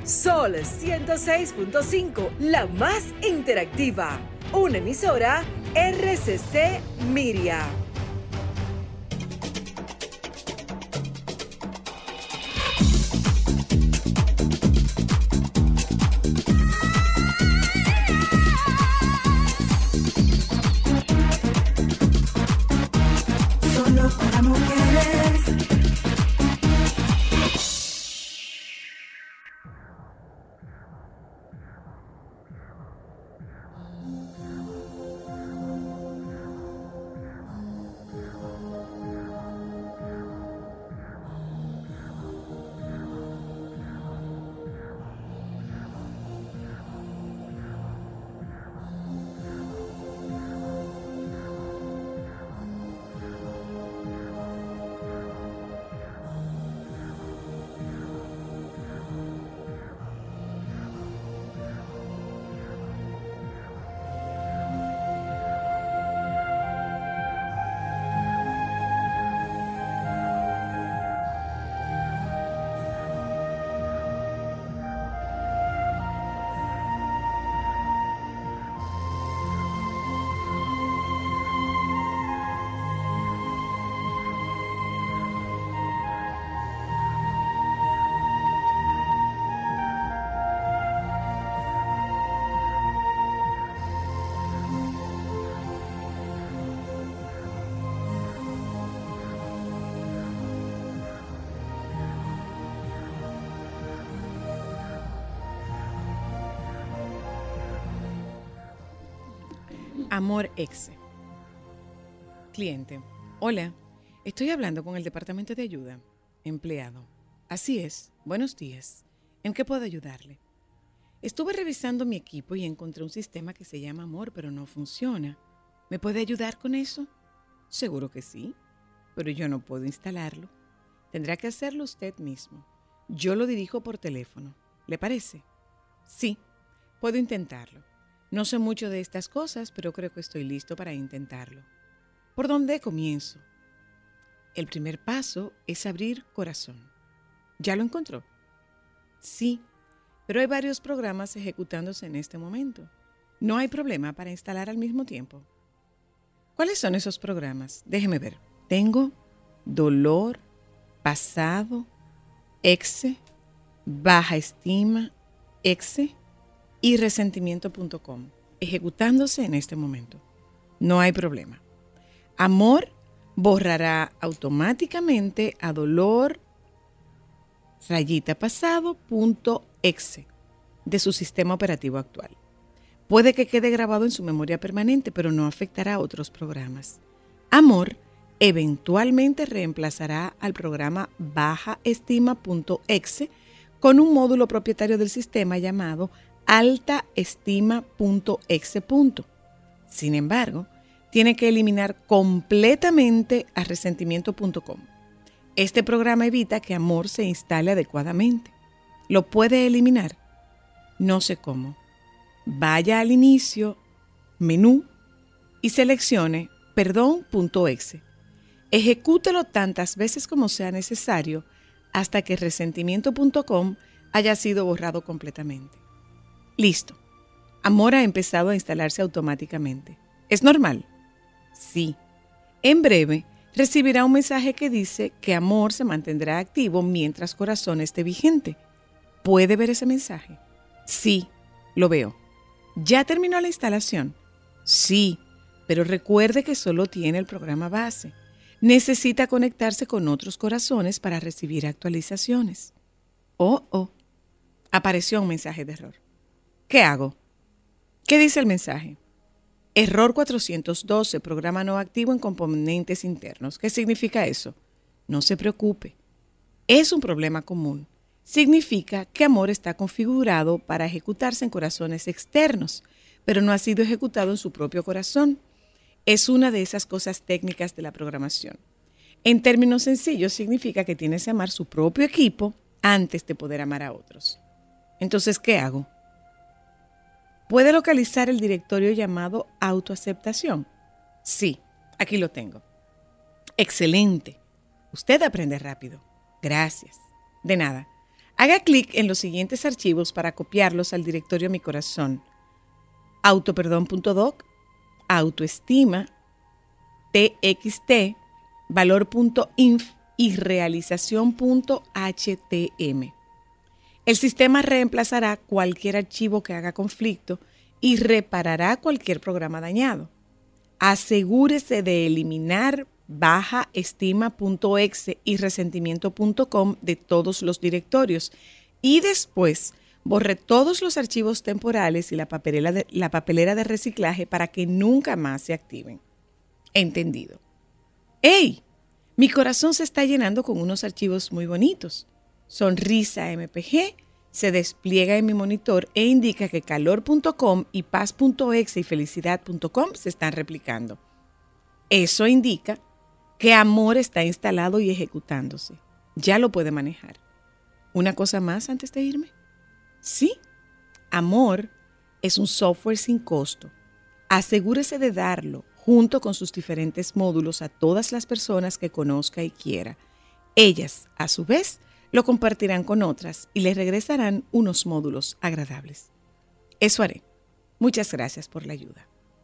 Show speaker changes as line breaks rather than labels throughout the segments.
Sol 106.5, la más interactiva. Una emisora RCC Miria.
Solo para mujeres.
Amor Exe. Cliente. Hola, estoy hablando con el departamento de ayuda. Empleado. Así es. Buenos días. ¿En qué puedo ayudarle? Estuve revisando mi equipo y encontré un sistema que se llama Amor, pero no funciona. ¿Me puede ayudar con eso? Seguro que sí, pero yo no puedo instalarlo. Tendrá que hacerlo usted mismo. Yo lo dirijo por teléfono. ¿Le parece? Sí, puedo intentarlo. No sé mucho de estas cosas, pero creo que estoy listo para intentarlo. ¿Por dónde comienzo? El primer paso es abrir corazón. ¿Ya lo encontró? Sí, pero hay varios programas ejecutándose en este momento. No hay problema para instalar al mismo tiempo. ¿Cuáles son esos programas? Déjeme ver. Tengo dolor, pasado, exe, baja estima, exe y resentimiento.com, ejecutándose en este momento. No hay problema. Amor borrará automáticamente a dolor pasado.exe de su sistema operativo actual. Puede que quede grabado en su memoria permanente, pero no afectará a otros programas. Amor eventualmente reemplazará al programa bajaestima.exe con un módulo propietario del sistema llamado altaestima.exe. Sin embargo, tiene que eliminar completamente a resentimiento.com. Este programa evita que Amor se instale adecuadamente. ¿Lo puede eliminar? No sé cómo. Vaya al inicio, menú y seleccione perdón.exe. Ejecútelo tantas veces como sea necesario hasta que resentimiento.com haya sido borrado completamente. Listo. Amor ha empezado a instalarse automáticamente. ¿Es normal? Sí. En breve, recibirá un mensaje que dice que Amor se mantendrá activo mientras Corazón esté vigente. ¿Puede ver ese mensaje? Sí, lo veo. ¿Ya terminó la instalación? Sí, pero recuerde que solo tiene el programa base. Necesita conectarse con otros corazones para recibir actualizaciones. Oh. Apareció un mensaje de error. ¿Qué hago? ¿Qué dice el mensaje? Error 412, programa no activo en componentes internos. ¿Qué significa eso? No se preocupe. Es un problema común. Significa que Amor está configurado para ejecutarse en corazones externos, pero no ha sido ejecutado en su propio corazón. Es una de esas cosas técnicas de la programación. En términos sencillos, significa que tienes que amar su propio equipo antes de poder amar a otros. Entonces, ¿qué hago? ¿Puede localizar el directorio llamado autoaceptación? Sí, aquí lo tengo. Excelente. Usted aprende rápido. Gracias. De nada. Haga clic en los siguientes archivos para copiarlos al directorio Mi Corazón: autoperdón.doc, autoestima, txt, valor.inf y realización.htm. El sistema reemplazará cualquier archivo que haga conflicto y reparará cualquier programa dañado. Asegúrese de eliminar bajaestima.exe y resentimiento.com de todos los directorios y después borre todos los archivos temporales y la papelera de reciclaje para que nunca más se activen. ¿Entendido? ¡Ey! Mi corazón se está llenando con unos archivos muy bonitos. Sonrisa MPG se despliega en mi monitor e indica que calor.com y paz.exe y felicidad.com se están replicando. Eso indica que amor está instalado y ejecutándose. Ya lo puede manejar. ¿Una cosa más antes de irme? Sí, Amor es un software sin costo. Asegúrese de darlo junto con sus diferentes módulos a todas las personas que conozca y quiera. Ellas, a su vez, lo compartirán con otras y les regresarán unos módulos agradables. Eso haré. Muchas gracias por la ayuda.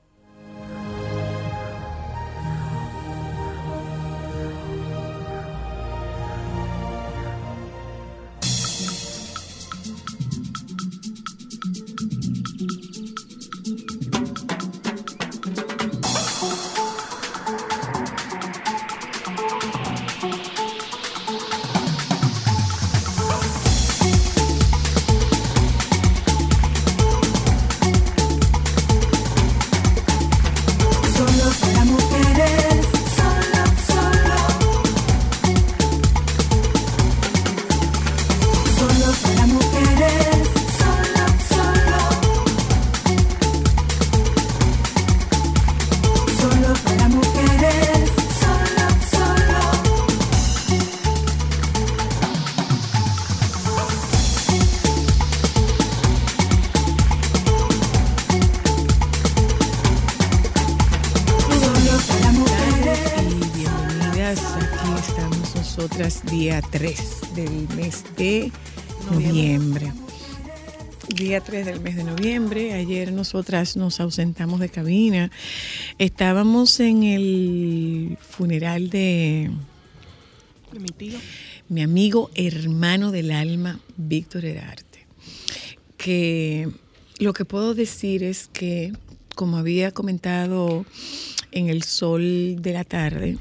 Día 3 del mes de noviembre. Día 3 del mes de noviembre. Ayer nosotras nos ausentamos de cabina. Estábamos en el funeral de mi tío, mi amigo, hermano del alma, Víctor Herarte. Que lo que puedo decir es que, como había comentado en El Sol de la Tarde,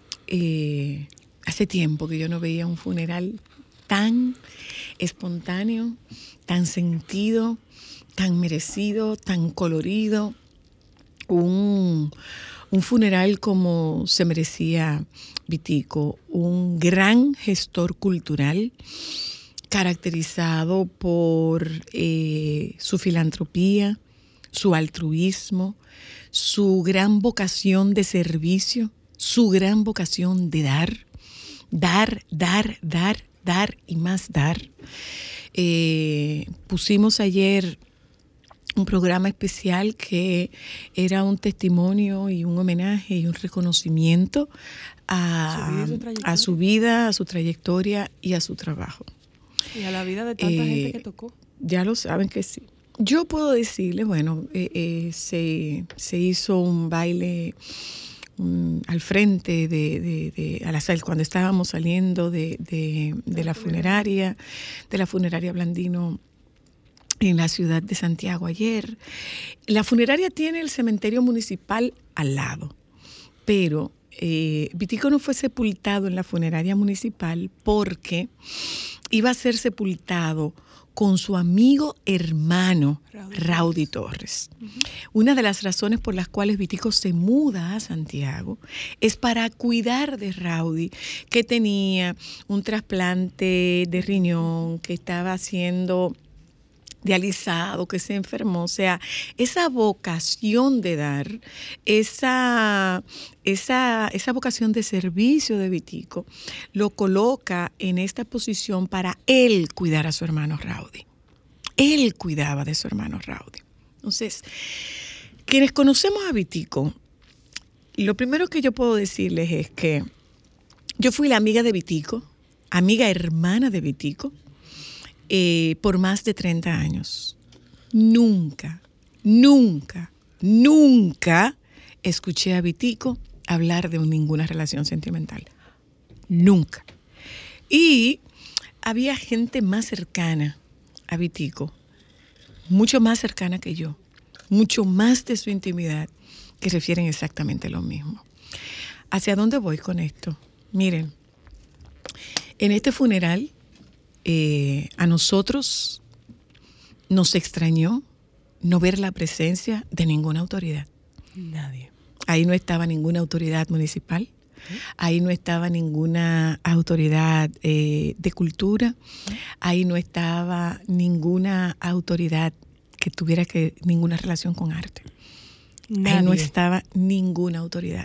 hace tiempo que yo no veía un funeral tan espontáneo, tan sentido, tan merecido, tan colorido. Un funeral como se merecía Vitico, un gran gestor cultural caracterizado por su filantropía, su altruismo, su gran vocación de servicio, su gran vocación de dar y más dar. Pusimos ayer un programa especial que era un testimonio y un homenaje y un reconocimiento a su vida, a su trayectoria y a su trabajo.
Y a la vida de tanta gente que tocó.
Ya lo saben que sí. Yo puedo decirles, bueno, se hizo un baile al frente cuando estábamos saliendo de la funeraria Blandino en la ciudad de Santiago ayer. La funeraria tiene el cementerio municipal al lado, pero Vitico no fue sepultado en la funeraria municipal porque iba a ser sepultado con su amigo hermano Raudy Torres. Uh-huh. Una de las razones por las cuales Vitico se muda a Santiago es para cuidar de Raudy, que tenía un trasplante de riñón, que estaba siendo dializado, que se enfermó. O sea, esa vocación de dar, esa vocación de servicio de Vitico lo coloca en esta posición para él cuidar a su hermano Raudy. Él cuidaba de su hermano Raudy. Entonces, quienes conocemos a Vitico, lo primero que yo puedo decirles es que yo fui la amiga de Vitico, amiga hermana de Vitico, por más de 30 años. Nunca, nunca, nunca escuché a Vitico hablar de ninguna relación sentimental. Nunca. Y había gente más cercana a Vitico, mucho más cercana que yo, mucho más de su intimidad, que refieren exactamente lo mismo. ¿Hacia dónde voy con esto? Miren, en este funeral a nosotros nos extrañó no ver la presencia de ninguna autoridad.
Nadie.
Ahí no estaba ninguna autoridad municipal, ahí no estaba ninguna autoridad de cultura, ahí no estaba ninguna autoridad que tuviera ninguna relación con arte.
Nadie.
Ahí no estaba ninguna autoridad.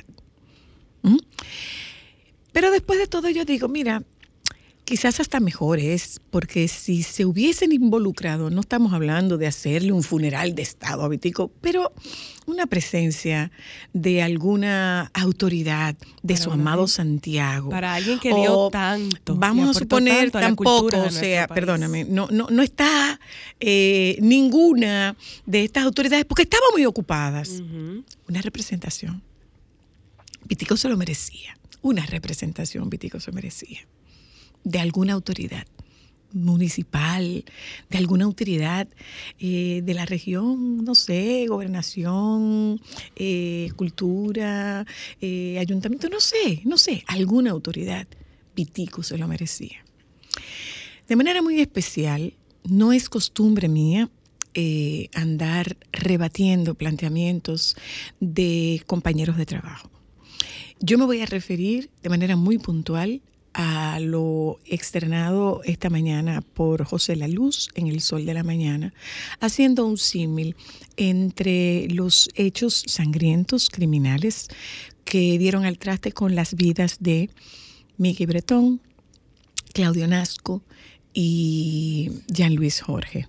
Pero después de todo yo digo, mira, quizás hasta mejor es, porque si se hubiesen involucrado, no estamos hablando de hacerle un funeral de Estado a Vitico, pero una presencia de alguna autoridad de su amado Santiago.
Para alguien que dio tanto.
Vamos a suponer tampoco, o sea, perdóname, no está ninguna de estas autoridades, porque estaban muy ocupadas. Una representación. Vitico se lo merecía. Una representación Vitico se merecía. De alguna autoridad municipal, de alguna autoridad de la región, no sé, gobernación, cultura, ayuntamiento, no sé, alguna autoridad. Vitico se lo merecía. De manera muy especial, no es costumbre mía andar rebatiendo planteamientos de compañeros de trabajo. Yo me voy a referir de manera muy puntual a lo externado esta mañana por José La Luz en El Sol de la Mañana, haciendo un símil entre los hechos sangrientos, criminales, que dieron al traste con las vidas de Miki Bretón, Claudio Nasco y Jean Luis Jorge.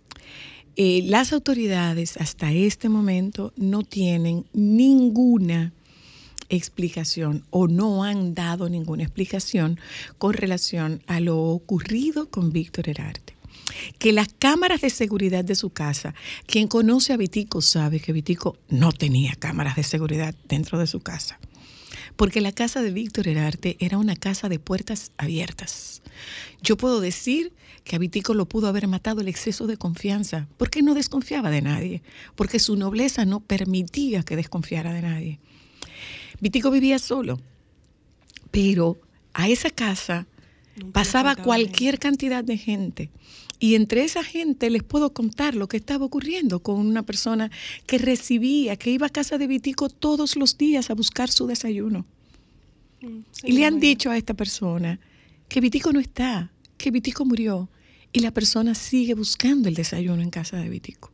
Las autoridades hasta este momento no tienen ninguna explicación o no han dado ninguna explicación con relación a lo ocurrido con Víctor Herarte. Que las cámaras de seguridad de su casa, quien conoce a Vitico sabe que Vitico no tenía cámaras de seguridad dentro de su casa. Porque la casa de Víctor Herarte era una casa de puertas abiertas. Yo puedo decir que a Vitico lo pudo haber matado el exceso de confianza, porque no desconfiaba de nadie, porque su nobleza no permitía que desconfiara de nadie. Vitico vivía solo, pero a esa casa pasaba cualquier cantidad de gente. Y entre esa gente les puedo contar lo que estaba ocurriendo con una persona que iba a casa de Vitico todos los días a buscar su desayuno. Y le han dicho a esta persona que Vitico no está, que Vitico murió. Y la persona sigue buscando el desayuno en casa de Vitico.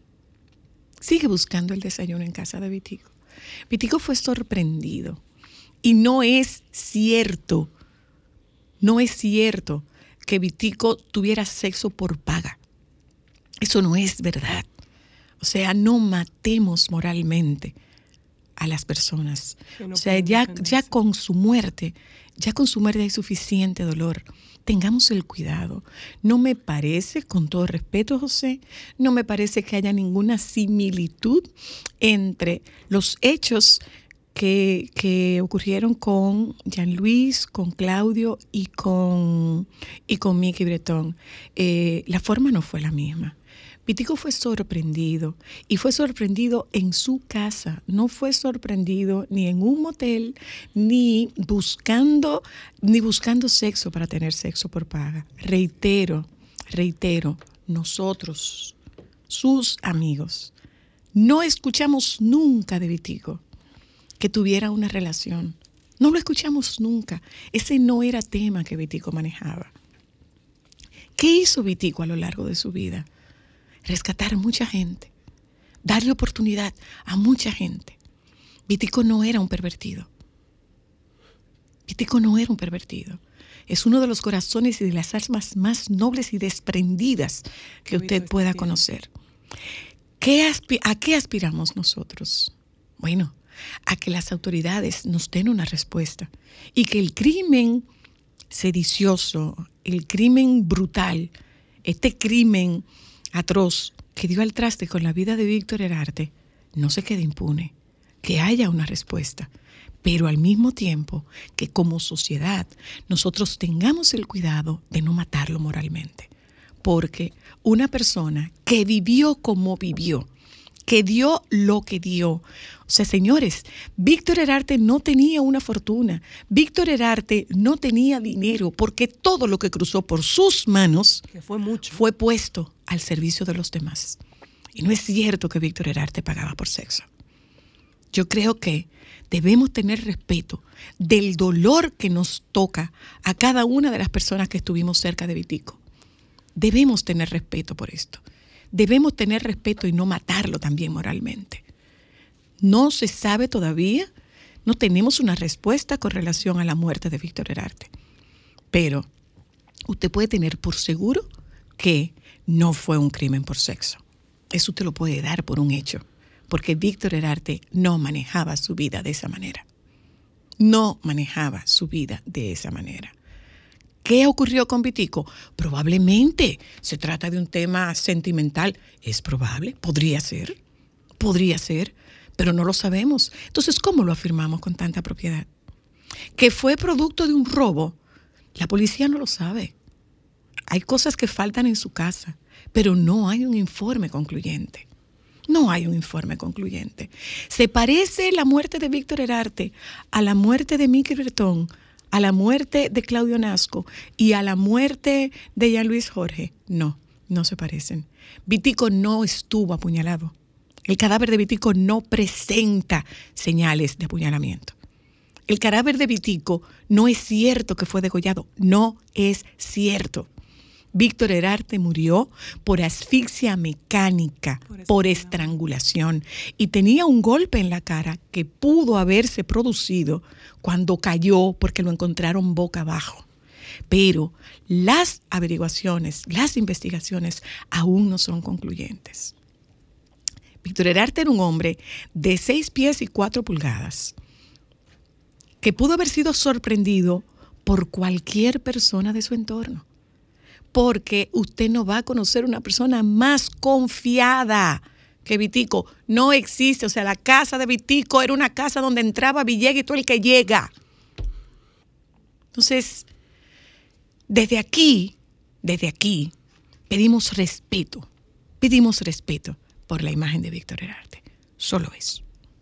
Sigue buscando el desayuno en casa de Vitico. Vitico fue sorprendido. Y no es cierto que Vitico tuviera sexo por paga. Eso no es verdad. O sea, no matemos moralmente a las personas. O sea, ya con su muerte hay suficiente dolor. Tengamos el cuidado. No me parece, con todo respeto, José, no me parece que haya ninguna similitud entre los hechos que ocurrieron con Jean Luis, con Claudio y con Miki Bretón. La forma no fue la misma. Vitico fue sorprendido y fue sorprendido en su casa, no fue sorprendido ni en un motel, ni buscando sexo para tener sexo por paga. Reitero, nosotros, sus amigos, no escuchamos nunca de Vitico que tuviera una relación. No lo escuchamos nunca. Ese no era tema que Vitico manejaba. ¿Qué hizo Vitico a lo largo de su vida? Rescatar a mucha gente, darle oportunidad a mucha gente. Vitico no era un pervertido. Es uno de los corazones y de las almas más nobles y desprendidas que usted pueda conocer. ¿A qué aspiramos nosotros? Bueno, a que las autoridades nos den una respuesta y que el crimen sedicioso, el crimen brutal, este crimen atroz que dio al traste con la vida de Víctor Herarte no se quede impune, que haya una respuesta, pero al mismo tiempo que como sociedad nosotros tengamos el cuidado de no matarlo moralmente, porque una persona que vivió como vivió, que dio lo que dio. O sea, señores, Víctor Herarte no tenía una fortuna, Víctor Herarte no tenía dinero, porque todo lo que cruzó por sus manos,
Que fue mucho.
fue puesto al servicio de los demás. Y no es cierto que Víctor Herarte pagaba por sexo. Yo creo que debemos tener respeto del dolor que nos toca a cada una de las personas que estuvimos cerca de Vitico. Debemos tener respeto por esto. Debemos tener respeto y no matarlo también moralmente. No se sabe todavía, no tenemos una respuesta con relación a la muerte de Víctor Herarte. Pero usted puede tener por seguro que no fue un crimen por sexo. Eso usted lo puede dar por un hecho, porque Víctor Herarte no manejaba su vida de esa manera. No manejaba su vida de esa manera. ¿Qué ocurrió con Vitico? Probablemente se trata de un tema sentimental. Es probable, podría ser, pero no lo sabemos. Entonces, ¿cómo lo afirmamos con tanta propiedad? Que fue producto de un robo, la policía no lo sabe. Hay cosas que faltan en su casa, pero no hay un informe concluyente. No hay un informe concluyente. ¿Se parece la muerte de Víctor Herarte a la muerte de Mickey Bretón, a la muerte de Claudio Nasco y a la muerte de Jean Luis Jorge? No, no se parecen. Vitico no estuvo apuñalado. El cadáver de Vitico no presenta señales de apuñalamiento. El cadáver de Vitico no es cierto que fue degollado. No es cierto. Víctor Herarte murió por asfixia mecánica, por estrangulación, y tenía un golpe en la cara que pudo haberse producido cuando cayó porque lo encontraron boca abajo. Pero las averiguaciones, las investigaciones aún no son concluyentes. Víctor Herarte era un hombre de 6 pies y 4 pulgadas que pudo haber sido sorprendido por cualquier persona de su entorno. Porque usted no va a conocer una persona más confiada que Vitico. No existe. O sea, la casa de Vitico era una casa donde entraba Villegas y todo el que llega. Entonces, desde aquí, pedimos respeto por la imagen de Víctor Herarte. Solo eso.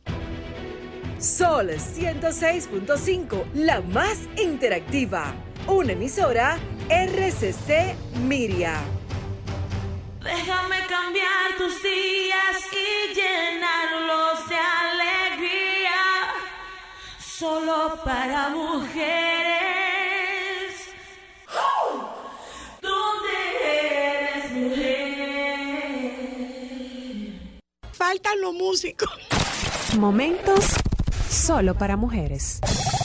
Sol 106.5, la más interactiva. Una emisora RCC Miria.
Déjame cambiar tus días y llenarlos de alegría. Solo para mujeres. ¿Dónde eres mujer?
Faltan los músicos.
Momentos solo para mujeres.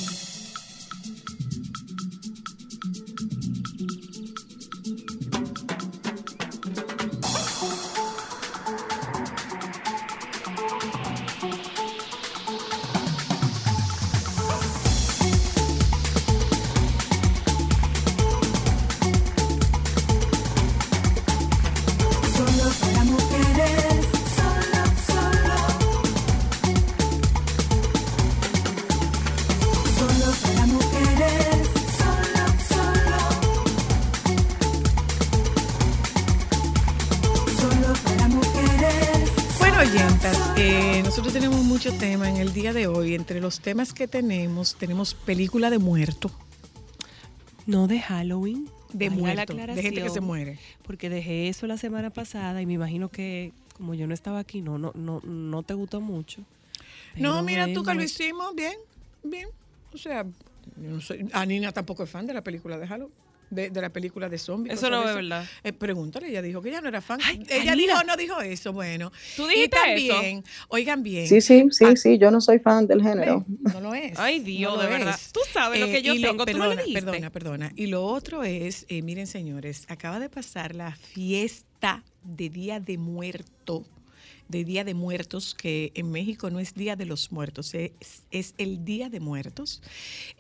Nosotros tenemos mucho tema en el día de hoy. Entre los temas que tenemos película de muerto.
No de Halloween.
De muerto, de gente que se muere.
Porque dejé eso la semana pasada y me imagino que como yo no estaba aquí, no te gustó mucho.
No, mira tú que lo hicimos bien. O sea, yo no soy, Nina tampoco es fan de la película de Halloween. De la película de zombies.
Eso no es verdad.
Pregúntale, ella dijo que ella no era fan.
Ay,
ella
Anina.
dijo, no dijo eso. Bueno.
¿Tú dijiste
y también,
eso?
Oigan bien.
Sí, yo no soy fan del género.
No lo es.
Ay, Dios,
no
de
lo
verdad.
es.
Tú sabes lo que yo tengo, tú no le dijiste.
Perdona. Y lo otro es, miren señores, acaba de pasar la fiesta de Día de Muerto. De Día de Muertos, que en México no es Día de los Muertos, es el Día de Muertos.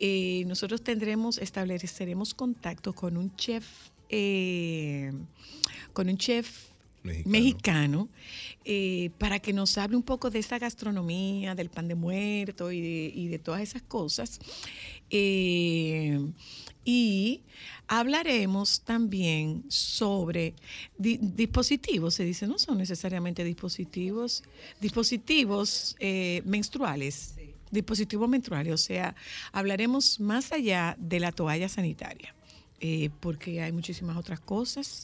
Nosotros estableceremos contacto con un chef con un chef mexicano para que nos hable un poco de esa gastronomía, del pan de muerto y de todas esas cosas. Y hablaremos también sobre dispositivos, se dice, no son necesariamente dispositivos menstruales. Dispositivos menstruales, o sea, hablaremos más allá de la toalla sanitaria, porque hay muchísimas otras cosas.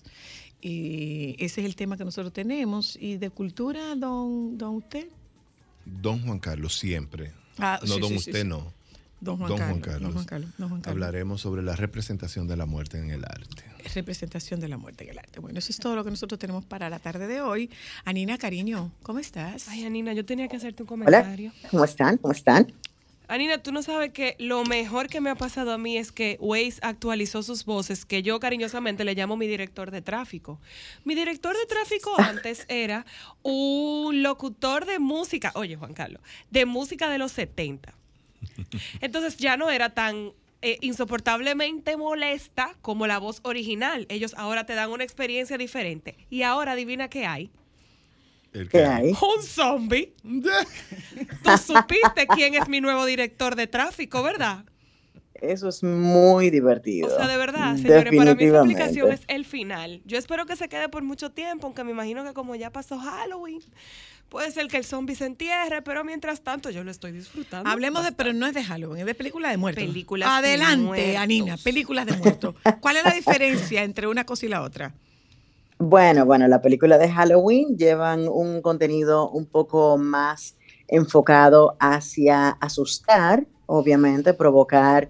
Y ese es el tema que nosotros tenemos. ¿Y de cultura, don usted?
Don Juan Carlos, siempre.
No,
sí, usted. No.
Don Juan Carlos.
Hablaremos sobre la representación de la muerte en el arte.
Representación de la muerte en el arte. Bueno, eso es todo lo que nosotros tenemos para la tarde de hoy. Anina, cariño, ¿cómo estás?
Ay, Anina, yo tenía que hacerte un comentario.
Hola, ¿cómo están? ¿Cómo están?
Anina, tú no sabes que lo mejor que me ha pasado a mí es que Waze actualizó sus voces, que yo cariñosamente le llamo mi director de tráfico. Mi director de tráfico antes era un locutor de música, oye Juan Carlos, de música de los 70. Entonces ya no era tan insoportablemente molesta como la voz original. Ellos ahora te dan una experiencia diferente. Y ahora adivina qué hay.
¿Qué hay?
Un zombie. Tú supiste quién es mi nuevo director de tráfico, ¿verdad?
Eso es muy divertido.
O sea, de verdad, señores, para mí esa aplicación es el final. Yo espero que se quede por mucho tiempo, aunque me imagino que como ya pasó Halloween, puede ser que el zombie se entierre, pero mientras tanto yo lo estoy disfrutando.
Hablemos pero no es de Halloween, es de películas de muertos.
Películas
Adelante,
de muertos.
Anina, películas de muertos. ¿Cuál es la diferencia entre una cosa y la otra?
Bueno, la película de Halloween llevan un contenido un poco más enfocado hacia asustar, obviamente, provocar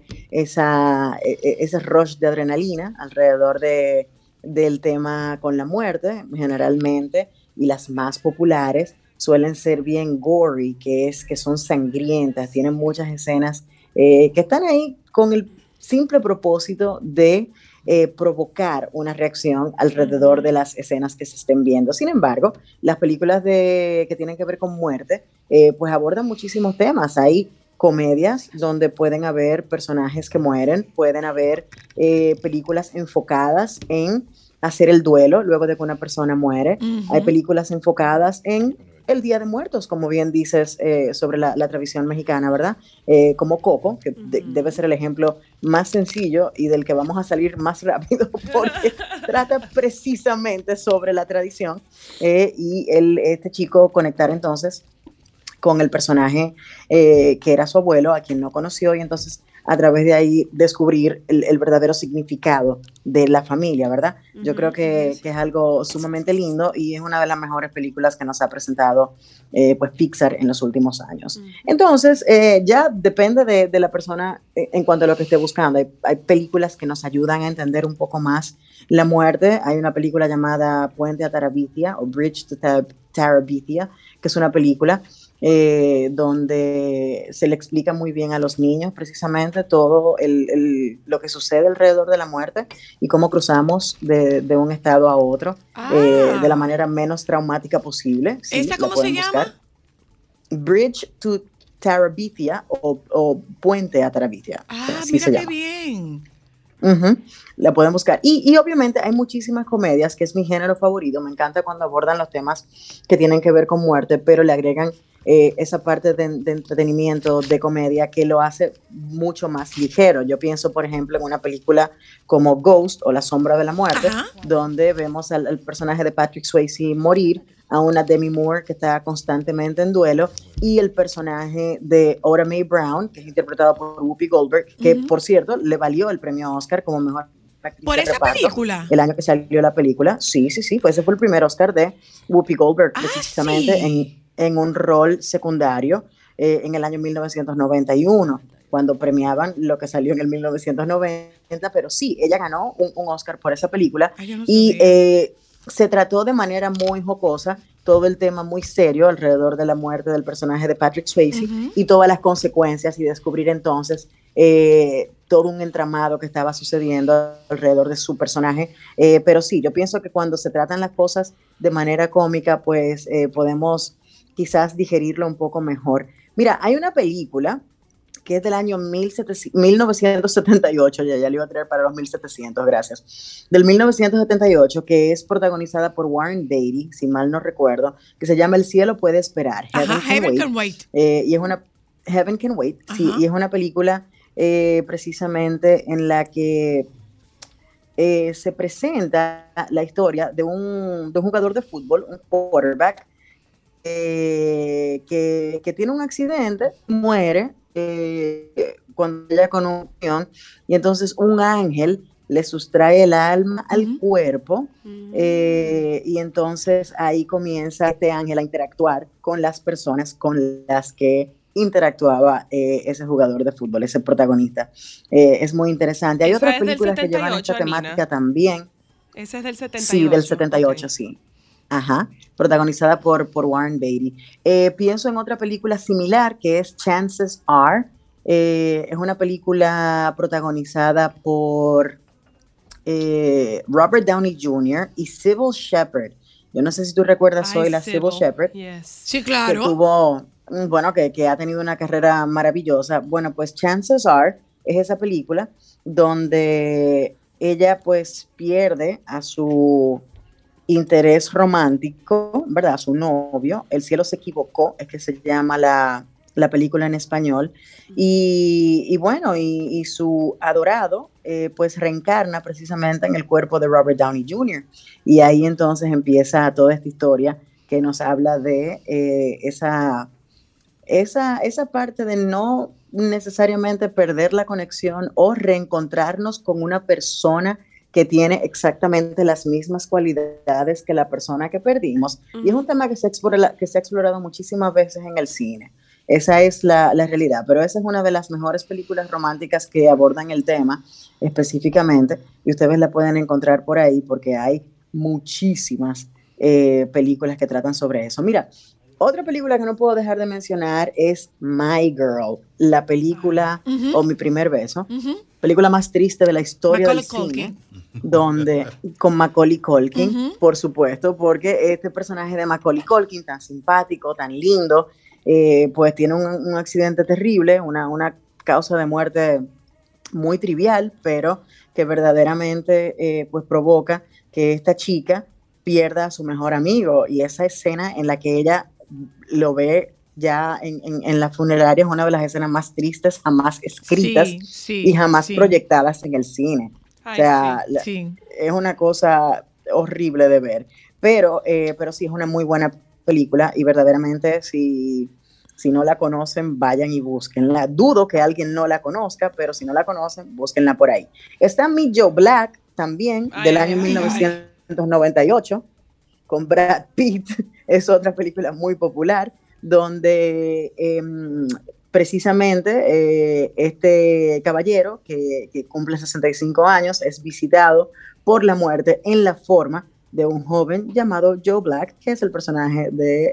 ese rush de adrenalina alrededor del tema con la muerte, generalmente, y las más populares suelen ser bien gory, que son sangrientas, tienen muchas escenas que están ahí con el simple propósito de provocar una reacción alrededor de las escenas que se estén viendo. Sin embargo, las películas que tienen que ver con muerte, pues abordan muchísimos temas. Hay comedias donde pueden haber personajes que mueren, pueden haber películas enfocadas en hacer el duelo luego de que una persona muere. Hay películas enfocadas en el Día de Muertos, como bien dices, sobre la tradición mexicana, ¿verdad? Como Coco, que debe ser el ejemplo más sencillo y del que vamos a salir más rápido porque trata precisamente sobre la tradición y este chico conectar entonces con el personaje que era su abuelo, a quien no conoció, y entonces a través de ahí descubrir el verdadero significado de la familia, ¿verdad? Yo creo que es algo sumamente lindo y es una de las mejores películas que nos ha presentado pues Pixar en los últimos años. Entonces, ya depende de la persona en cuanto a lo que esté buscando. Hay películas que nos ayudan a entender un poco más la muerte. Hay una película llamada Puente a Terabithia o Bridge to Terabithia, que es una película donde se le explica muy bien a los niños precisamente todo lo que sucede alrededor de la muerte y cómo cruzamos de un estado a otro de la manera menos traumática posible. Sí,
¿esta cómo se llama?
Bridge to Terabithia o Puente a Terabithia.
Mira qué bien.
La pueden buscar. Y obviamente hay muchísimas comedias, que es mi género favorito. Me encanta cuando abordan los temas que tienen que ver con muerte, pero le agregan esa parte de entretenimiento, de comedia, que lo hace mucho más ligero. Yo pienso, por ejemplo, en una película como Ghost o La Sombra de la Muerte, donde vemos al personaje de Patrick Swayze morir, a una Demi Moore que está constantemente en duelo, y el personaje de Oda Mae Brown, que es interpretado por Whoopi Goldberg, que por cierto le valió el premio Oscar como mejor actriz
¿por esa película?
El año que salió la película. Sí, pues ese fue el primer Oscar de Whoopi Goldberg, precisamente en un rol secundario en el año 1991, cuando premiaban lo que salió en el 1990, pero sí, ella ganó un Oscar por esa película. Se trató de manera muy jocosa todo el tema muy serio alrededor de la muerte del personaje de Patrick Swayze y todas las consecuencias, y descubrir entonces todo un entramado que estaba sucediendo alrededor de su personaje. Pero sí, yo pienso que cuando se tratan las cosas de manera cómica, pues podemos quizás digerirlo un poco mejor. Mira, hay una película que es del año 1978, ya le iba a traer para los 1700, gracias, del 1978, que es protagonizada por Warren Beatty, si mal no recuerdo, que se llama El cielo puede esperar.
Heaven Can Wait.
Y es una, Heaven Can Wait, sí, y es una película precisamente en la que se presenta la historia de un jugador de fútbol, un quarterback, que tiene un accidente, muere cuando llega con un avión, y entonces un ángel le sustrae el alma al cuerpo, y entonces ahí comienza este ángel a interactuar con las personas con las que interactuaba ese jugador de fútbol, ese protagonista. Es muy interesante. Hay otras películas que llevan esta temática también.
Ese es del 78.
Sí, del 78, sí. Ajá, protagonizada por Warren Beatty. Pienso en otra película similar que es Chances Are. Es una película protagonizada por Robert Downey Jr. y Sybil Shepherd. Yo no sé si tú recuerdas hoy la Sybil Shepherd.
Yes.
Sí, claro.
Que tuvo, bueno, que ha tenido una carrera maravillosa. Bueno, pues Chances Are es esa película donde ella pues pierde a su interés romántico, ¿verdad? A su novio. El cielo se equivocó, es que se llama la película en español. Y bueno, y su adorado pues reencarna precisamente en el cuerpo de Robert Downey Jr. Y ahí entonces empieza toda esta historia que nos habla de esa parte de no necesariamente perder la conexión o reencontrarnos con una persona que tiene exactamente las mismas cualidades que la persona que perdimos. Y es un tema que se ha explorado muchísimas veces en el cine. Esa es la realidad, pero esa es una de las mejores películas románticas que abordan el tema específicamente, y ustedes la pueden encontrar por ahí porque hay muchísimas películas que tratan sobre eso. Mira, otra película que no puedo dejar de mencionar es My Girl, la película, o Mi primer beso, película más triste de la historia del cine, donde, con Macaulay Culkin, por supuesto, porque este personaje de Macaulay Culkin, tan simpático, tan lindo, pues tiene un accidente terrible, una causa de muerte muy trivial, pero que verdaderamente pues provoca que esta chica pierda a su mejor amigo, y esa escena en la que ella lo ve ya en la funeraria es una de las escenas más tristes jamás escritas y jamás proyectadas en el cine. Ay, o sea, es una cosa horrible de ver, pero sí es una muy buena película, y verdaderamente si no la conocen, vayan y búsquenla. Dudo que alguien no la conozca, pero si no la conocen, búsquenla por ahí. Está Meet Joe Black también, del año 1998, con Brad Pitt. Es otra película muy popular, donde precisamente este caballero que cumple 65 años es visitado por la muerte en la forma de un joven llamado Joe Black, que es el personaje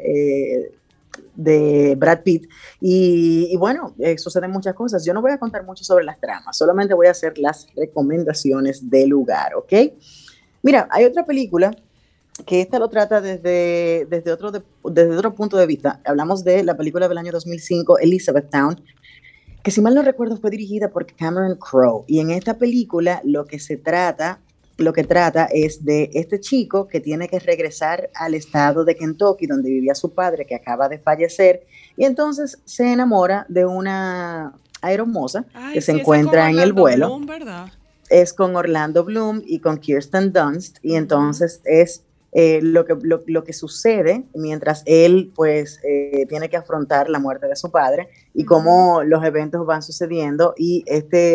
de Brad Pitt. Y bueno, suceden muchas cosas. Yo no voy a contar mucho sobre las tramas, solamente voy a hacer las recomendaciones del lugar, ¿ok? Mira, hay otra película que esta lo trata desde otro punto de vista. Hablamos de la película del año 2005, Elizabethtown, que si mal no recuerdo fue dirigida por Cameron Crowe, y en esta película lo que trata es de este chico que tiene que regresar al estado de Kentucky, donde vivía su padre, que acaba de fallecer, y entonces se enamora de una aeromoza que se encuentra en el vuelo.
Bloom, ¿verdad?
Es con Orlando Bloom y con Kirsten Dunst, y entonces es lo que sucede mientras él pues tiene que afrontar la muerte de su padre, y cómo los eventos van sucediendo, y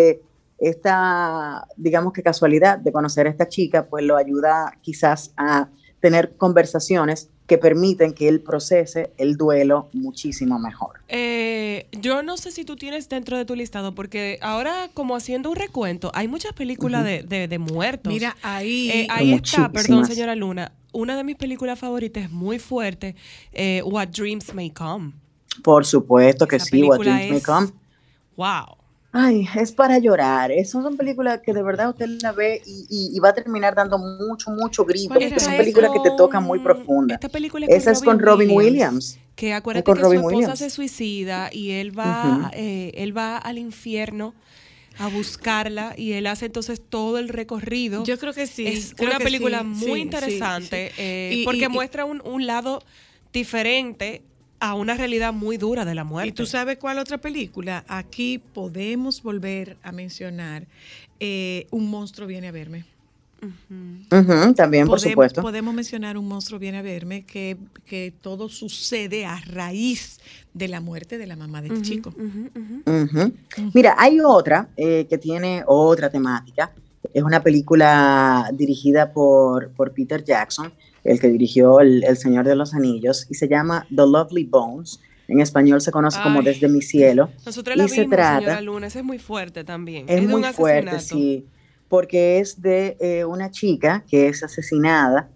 esta, digamos que casualidad de conocer a esta chica, pues lo ayuda quizás a tener conversaciones que permiten que él procese el duelo muchísimo mejor.
Yo no sé si tú tienes dentro de tu listado, porque ahora, como haciendo un recuento, hay muchas películas de muertos.
Mira, ahí
está, perdón, señora Luna, una de mis películas favoritas es muy fuerte, What Dreams May Come.
Por supuesto que sí, What Dreams May Come.
Wow.
Ay, es para llorar. Esas son películas que de verdad usted la ve y va a terminar dando mucho, mucho grito,
¿Cuál
porque
era
son
esa?
películas que te tocan muy profunda.
Esta película es
Esa es con Robin Williams.
Que
Es
acuérdate
con
que su
Robin
esposa
Williams.
se suicida y
Ujú.
él va al infierno a buscarla y él hace entonces todo el recorrido.
Yo creo que sí.
Es
creo
una
que
película
sí,
muy
sí,
interesante
sí, sí.
porque muestra un lado diferente a una realidad muy dura de la muerte.
¿Y tú sabes cuál otra película? Aquí podemos volver a mencionar Un monstruo viene a verme.
Ujú, también, por supuesto.
Podemos mencionar Un monstruo viene a verme, que todo sucede a raíz de la muerte de la mamá del chico.
Ujú. Mira, hay otra que tiene otra temática. Es una película dirigida por Peter Jackson, el que dirigió El Señor de los Anillos, y se llama The Lovely Bones. En español se conoce como
Ay,
Desde mi cielo.
Nosotros la
Y se
vimos, señora
trata,
Luna, esa es muy fuerte también.
es
Es de un
muy fuerte,
asesinato.
sí, porque es de una chica que es asesinada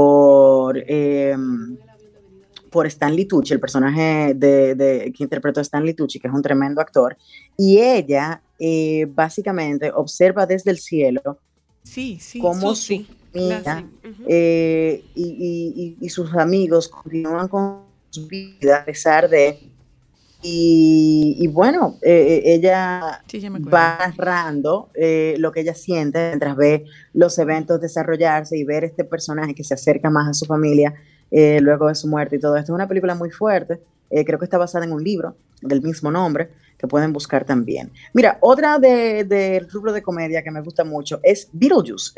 por Stanley Tucci, el personaje que interpretó a Stanley Tucci, que es un tremendo actor, y ella básicamente observa desde el cielo
Sí, sí.
cómo
Susi,
su familia
la- ujú.
y sus amigos continúan con su vida a pesar de... Y bueno, ella
Sí, ya me acuerdo.
va narrando lo que ella siente mientras ve los eventos desarrollarse y ver este personaje que se acerca más a su familia luego de su muerte y todo esto. Es una película muy fuerte, creo que está basada en un libro del mismo nombre, que pueden buscar también. Mira, otra del rubro de comedia que me gusta mucho es Beetlejuice,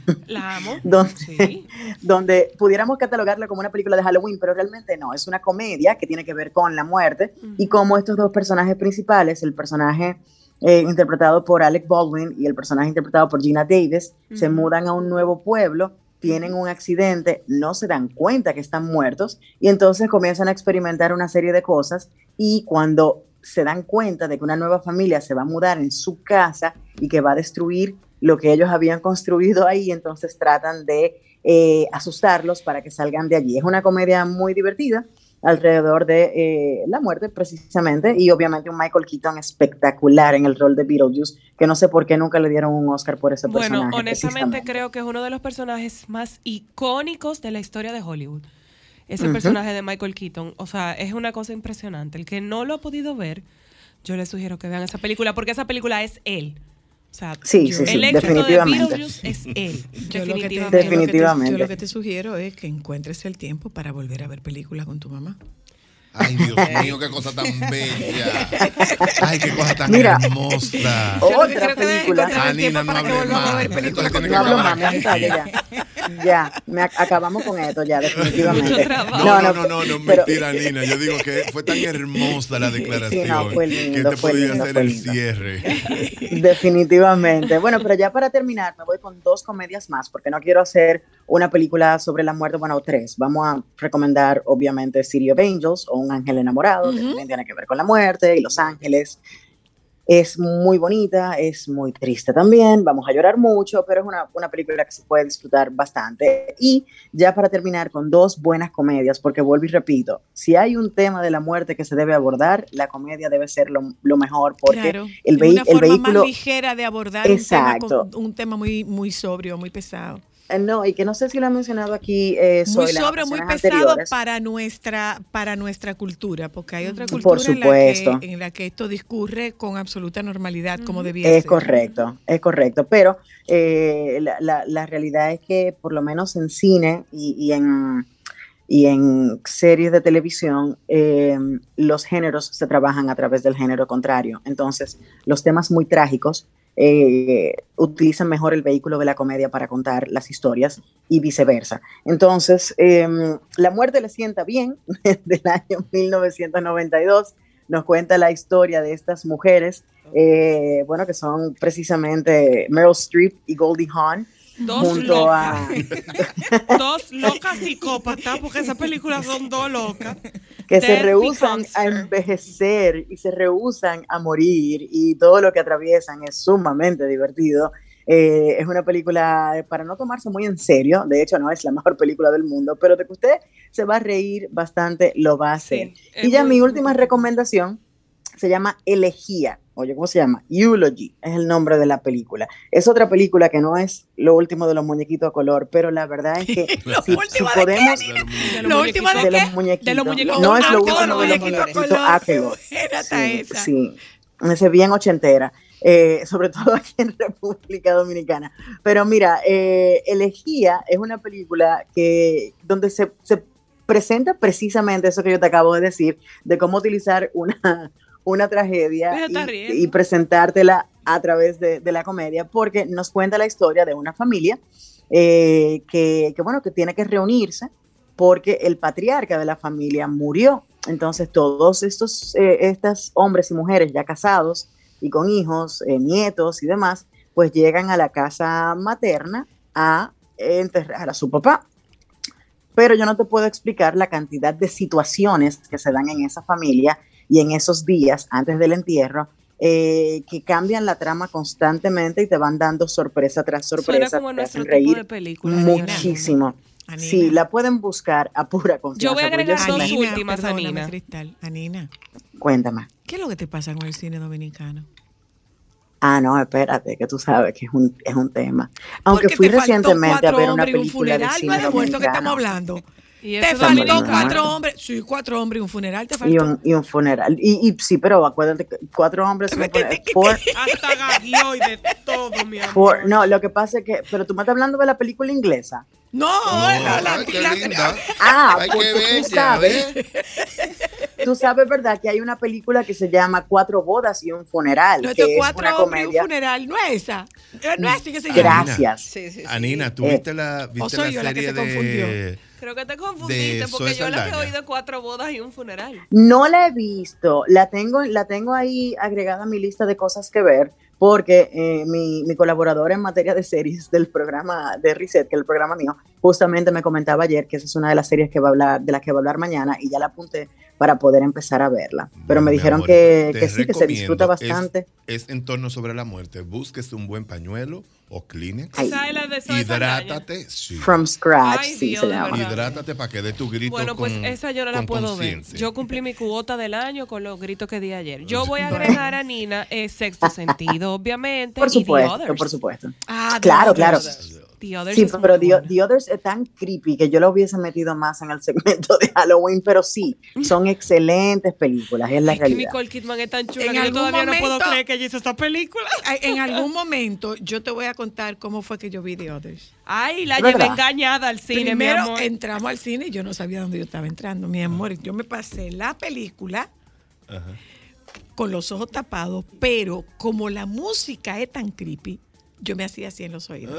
La amo.
donde,
Sí.
donde pudiéramos catalogarla como una película de Halloween, pero realmente no, es una comedia que tiene que ver con la muerte y cómo estos dos personajes principales, el personaje interpretado por Alec Baldwin y el personaje interpretado por Gina Davis, se mudan a un nuevo pueblo, tienen un accidente, no se dan cuenta que están muertos y entonces comienzan a experimentar una serie de cosas y cuando se dan cuenta de que una nueva familia se va a mudar en su casa y que va a destruir lo que ellos habían construido ahí, entonces tratan de asustarlos para que salgan de allí. Es una comedia muy divertida alrededor de la muerte precisamente y obviamente un Michael Keaton espectacular en el rol de Beetlejuice, que no sé por qué nunca le dieron un Oscar por ese personaje.
Bueno, honestamente creo que es uno de los personajes más icónicos de la historia de Hollywood. Ese personaje de Michael Keaton, o sea, es una cosa impresionante. El que no lo ha podido ver, yo les sugiero que vean esa película, porque esa película es él. O sea,
Sí, sí,
el
sí,
éxito de
definitivamente.
Beetlejuice es él.
Yo lo que te-
Definitivamente.
Definitivamente.
Yo lo que te sugiero es que encuentres el tiempo para volver a ver películas con tu mamá.
Ay, Dios mío, qué cosa tan bella. Ay, qué cosa tan
Mira,
hermosa.
Otra película.
Nina, no hable más. Entonces tiene que
No hablo
acabar
más, me
aquí.
callo ya. Acabamos con esto ya, definitivamente.
Mucho trabajo.
No,
pero-
mentira, Nina. Yo digo que fue tan hermosa la declaración
Sí, no, fue lindo,
que te
fue
podía
lindo,
hacer
fue
el
lindo.
cierre.
Definitivamente. Bueno, pero ya para terminar, me voy con dos comedias más, porque no quiero hacer una película sobre la muerte, bueno, tres. Vamos a recomendar, obviamente, City of Angels o Un ángel enamorado, que también tiene que ver con la muerte y Los Ángeles. Es muy bonita, es muy triste también, vamos a llorar mucho, pero es una película que se puede disfrutar bastante. Y ya para terminar con dos buenas comedias, porque vuelvo y repito, si hay un tema de la muerte que se debe abordar, la comedia debe ser lo mejor, porque
Claro,
el
es una forma
vehículo...
más ligera de abordar
Exacto.
un tema muy, muy sobrio, muy pesado.
No, y que no sé si lo he mencionado aquí,
Muy
Zoe, las
sobrio, muy
ocasiones
pesado
anteriores.
para nuestra cultura, porque hay otra
Por
cultura
supuesto.
en la que esto discurre con absoluta normalidad, como debía
Es
ser.
correcto, pero la realidad es que por lo menos en cine y en series de televisión, los géneros se trabajan a través del género contrario. Entonces, los temas muy trágicos utilizan mejor el vehículo de la comedia para contar las historias y viceversa. Entonces, La muerte le sienta bien, del año 1992, nos cuenta la historia de estas mujeres, bueno, que son precisamente Meryl Streep y Goldie Hawn,
Dos
junto
locas.
a
Dos locas psicópatas, porque esas películas son dos locas.
que se
Death
rehúsan
becomes
a
her.
envejecer y se rehúsan a morir y todo lo que atraviesan es sumamente divertido. Es una película para no tomarse muy en serio, de hecho no es la mejor película del mundo, pero de que usted se va a reír bastante, lo va a hacer.
Sí, es
Y ya
muy-
mi última recomendación se llama Elegía. Oye, ¿cómo se llama? Eulogy es el nombre de la película. Es otra película que no es lo último de los muñequitos a color, pero la verdad es que si podemos...
¿Lo último de
de
qué?
los muñequitos.
De los muñequitos.
No es lo
Todos
último
los
de los
muñequitos a
muñequitos
color.
a color.
Era hasta
Sí,
esa.
sí. Ese bien ochentera. Sobre todo aquí en República Dominicana. Pero mira, Elegía es una película donde se presenta precisamente eso que yo te acabo de decir, de cómo utilizar una tragedia y presentártela a través de la comedia, porque nos cuenta la historia de una familia que tiene que reunirse porque el patriarca de la familia murió. Entonces todos estos hombres y mujeres ya casados y con hijos, nietos y demás, pues llegan a la casa materna a enterrar a su papá. Pero yo no te puedo explicar la cantidad de situaciones que se dan en esa familia y en esos días antes del entierro, que cambian la trama constantemente y te van dando sorpresa tras sorpresa.
Suena como nuestro
te hacen
tipo
reír
de película.
muchísimo.
Anina.
Sí, la pueden buscar a pura confianza.
Yo voy a agregar
porque
dos últimas,
perdóname,
Anina.
Cristal. Anina,
Cuéntame.
¿qué es lo que te pasa con el cine dominicano?
Ah, no, espérate, que tú sabes que es un tema. Aunque
Porque
fui
te faltó
recientemente a
4
ver una
hombres y un
película de
funeral,
cine
no es de muerto que estamos
dominicano.
hablando.
Y
Te
eso
faltó
también,
4
¿no?
hombres, sí, 4 hombres y un funeral, te faltó.
Y un funeral. Y sí, pero acuérdate que 4 hombres y un funeral.
Hasta gaguió y de todo, mi amor.
No, lo que pasa es que, pero tú me estás hablando de la película inglesa.
No,
Ay, qué linda.
Ah,
Ay,
porque
qué
tú
bella,
sabes,
¿ves?
tú sabes, ¿verdad? Que hay una película que se llama 4 bodas y un funeral,
Nuestro
que es
4
una
hombres y un
comedia.
funeral, no es esa. No es así que se llama.
Gracias.
Sí, sí, sí.
Anina, ¿tú viste la
soy yo la que
serie
se confundió?
de...
Creo que te confundiste
de
porque
Zoe
yo la que he
Saldaña?
oído 4 bodas y un funeral.
No la he visto, la tengo ahí agregada a mi lista de cosas que ver, porque mi colaborador en materia de series del programa de Reset, que es el programa mío, justamente me comentaba ayer que esa es una de las series de las que va a hablar mañana, y ya la apunté para poder empezar a verla. Pero
Bueno,
me
mi
dijeron
amor,
que
te
sí, que se disfruta
recomiendo.
bastante.
Es en torno sobre la muerte. Búsquese un buen pañuelo o Kleenex.
Ay.
Esa es la de Zoe Saldaña.
Hidrátate, sí.
From Scratch,
Ay,
sí
Dios,
se
de
llama.
verdad.
Hidrátate para que dé tu grito
Bueno, pues
con,
esa yo no la
con
puedo ver.
conciencia.
Yo cumplí mi cuota del año con los gritos que di ayer. Yo voy a agregar a Nina Sexto Sentido, obviamente.
Por
y The
supuesto,
Others.
por supuesto.
Ah,
Claro,
The
claro.
Others.
The Others
Sí,
es
pero
muy buena.
The Others es tan creepy que yo lo hubiese metido más en el segmento de Halloween, pero sí, son excelentes películas, es la
Es que
realidad.
Nicole Kidman es tan chula
En
que yo
algún
todavía no puedo
momento-
creer que ella hizo esta película.
En algún momento yo te voy a contar cómo fue que yo vi The Others.
Ay, la
¿Es
llevé
verdad?
engañada al cine, mi
Primero
amor.
entramos al cine y yo no sabía dónde yo estaba entrando, mi amor. Yo me pasé la película con los ojos tapados, pero como la música es tan creepy, yo me hacía así en los oídos.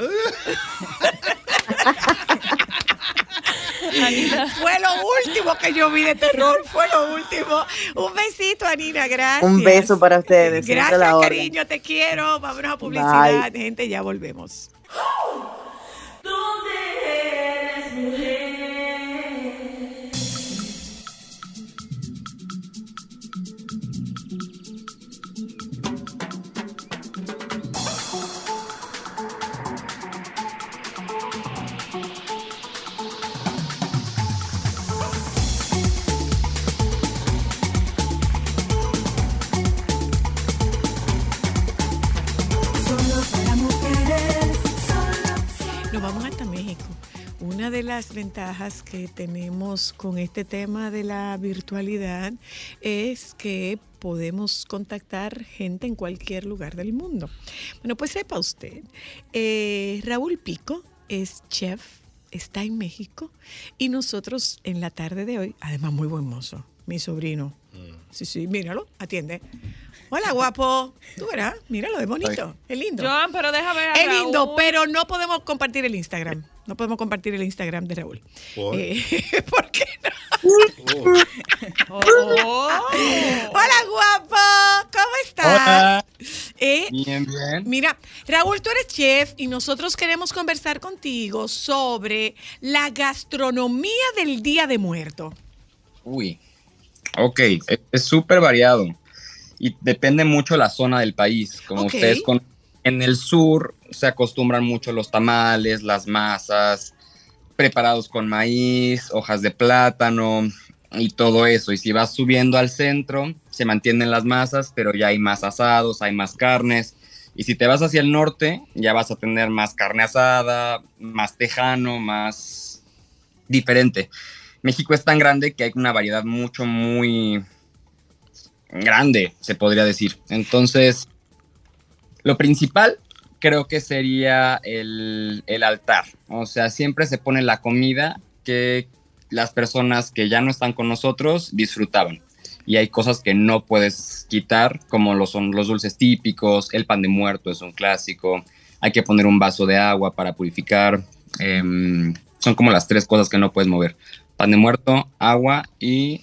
Fue lo último que yo vi de terror, fue lo último. Un besito, Anina, gracias.
Un beso para ustedes. siempre a
Gracias,
la orden.
cariño, te quiero. Vámonos a publicidad,
Bye.
gente, ya volvemos.
¿Dónde eres mujer?
Nos vamos hasta México. Una de las ventajas que tenemos con este tema de la virtualidad es que podemos contactar gente en cualquier lugar del mundo. Bueno, pues sepa usted, Raúl Pico es chef, está en México y nosotros en la tarde de hoy, además muy buen mozo, mi sobrino. Sí, míralo, atiende. Hola, guapo. Tú verás, míralo, es bonito, es lindo.
Joan, pero deja ver a
Es lindo,
Raúl.
pero no podemos compartir el Instagram. No podemos compartir el Instagram de Raúl.
¿Por?
¿Por qué no?
Oh.
Hola, guapo. ¿Cómo estás?
Hola.
Eh,
Bien, bien.
Mira, Raúl, tú eres chef y nosotros queremos conversar contigo sobre la gastronomía del Día de Muerto.
Uy, ok, es súper variado y depende mucho de la zona del país. Como
Ok.
ustedes en el sur se acostumbran mucho los tamales, las masas, preparados con maíz, hojas de plátano y todo eso. Y si vas subiendo al centro, se mantienen las masas, pero ya hay más asados, hay más carnes. Y si te vas hacia el norte, ya vas a tener más carne asada, más tejano, más diferente. México es tan grande que hay una variedad muy grande, se podría decir. Entonces, lo principal creo que sería el altar. O sea, siempre se pone la comida que las personas que ya no están con nosotros disfrutaban. Y hay cosas que no puedes quitar, como son los dulces típicos, el pan de muerto es un clásico, hay que poner un vaso de agua para purificar. Son como las 3 cosas que no puedes mover. Pan de muerto, agua y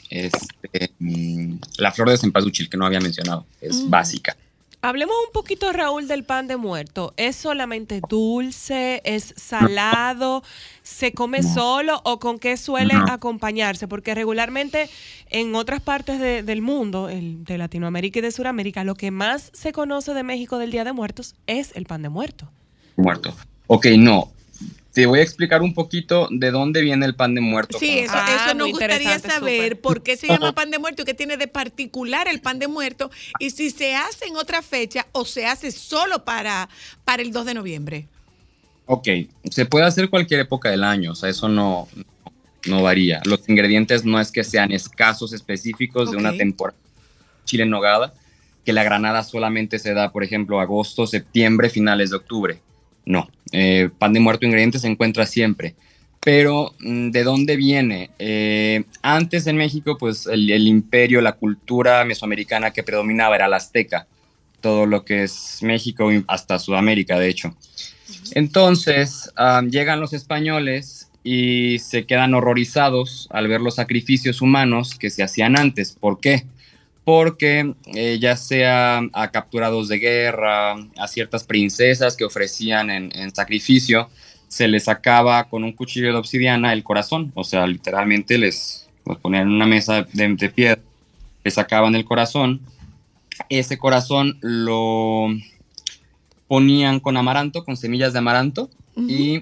la flor de cempasúchil, que no había mencionado, es básica.
Hablemos un poquito, Raúl, del pan de muerto. ¿Es solamente dulce? ¿Es salado? ¿Se come solo o con qué suele acompañarse? Porque regularmente en otras partes del mundo, de Latinoamérica y de Sudamérica, lo que más se conoce de México del Día de Muertos es el pan de muerto.
Muerto. Ok, no. Te voy a explicar un poquito de dónde viene el pan de muerto.
Sí, eso nos gustaría saber.
Súper.
¿Por qué se llama pan de muerto y qué tiene de particular el pan de muerto? Y si se hace en otra fecha o se hace solo para el 2 de noviembre.
Ok, se puede hacer cualquier época del año, o sea, eso no varía. Los ingredientes no es que sean escasos específicos de una temporada. Chile en nogada, que la granada solamente se da, por ejemplo, agosto, septiembre, finales de octubre. No, pan de muerto ingredientes se encuentra siempre. Pero, ¿de dónde viene? Antes en México, pues el imperio, la cultura mesoamericana que predominaba era la azteca. Todo lo que es México y hasta Sudamérica, de hecho. Entonces, llegan los españoles y se quedan horrorizados al ver los sacrificios humanos que se hacían antes. ¿Por qué? Porque ya sea a capturados de guerra, a ciertas princesas que ofrecían en sacrificio, se les sacaba con un cuchillo de obsidiana el corazón. O sea, literalmente los ponían en una mesa de piedra, les sacaban el corazón. Ese corazón lo ponían con amaranto, con semillas de amaranto, y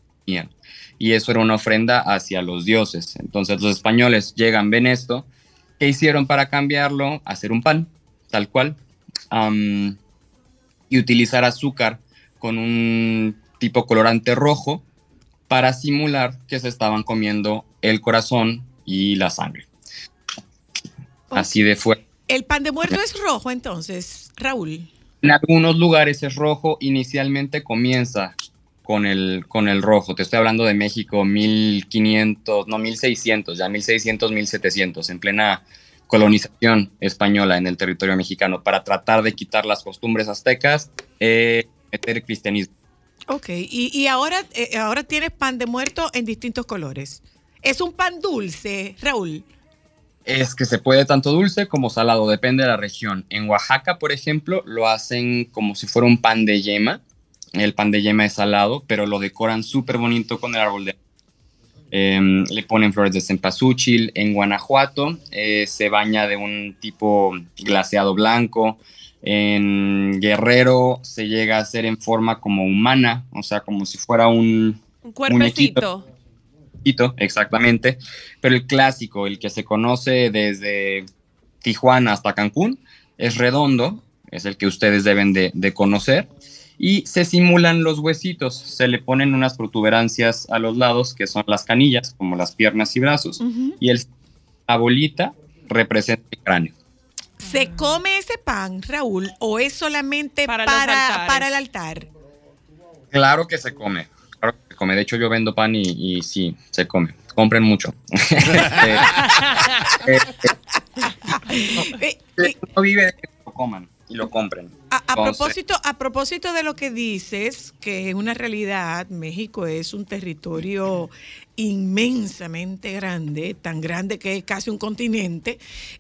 eso era una ofrenda hacia los dioses. Entonces los españoles llegan, ven esto. ¿Qué hicieron para cambiarlo? Hacer un pan, tal cual, y utilizar azúcar con un tipo colorante rojo para simular que se estaban comiendo el corazón y la sangre. Así de fuerte.
¿El pan de muerto es rojo entonces, Raúl?
En algunos lugares es rojo, inicialmente comienza con el rojo. Te estoy hablando de México 1500, no 1600, ya 1600, 1700, en plena colonización española en el territorio mexicano, para tratar de quitar las costumbres aztecas, meter el cristianismo.
Ok, y ahora tienes pan de muerto en distintos colores. ¿Es un pan dulce, Raúl?
Es que se puede tanto dulce como salado, depende de la región. En Oaxaca, por ejemplo, lo hacen como si fuera un pan de yema. El pan de yema es salado, pero lo decoran súper bonito con el árbol de... le ponen flores de cempasúchil. En Guanajuato se baña de un tipo glaseado blanco. En Guerrero se llega a hacer en forma como humana, o sea, como si fuera un
cuerpecito.
Exactamente, pero el clásico, el que se conoce desde Tijuana hasta Cancún, es redondo, es el que ustedes deben de conocer, y se simulan los huesitos, se le ponen unas protuberancias a los lados, que son las canillas, como las piernas y brazos, y la bolita representa el cráneo.
¿Se come ese pan, Raúl, o es solamente para el altar?
Claro que se come. Claro que se come. De hecho, yo vendo pan y sí, se come. Compren mucho. No vive de que lo coman y lo compren.
A propósito de lo que dices, que es una realidad, México es un territorio inmensamente grande, tan grande que es casi un continente.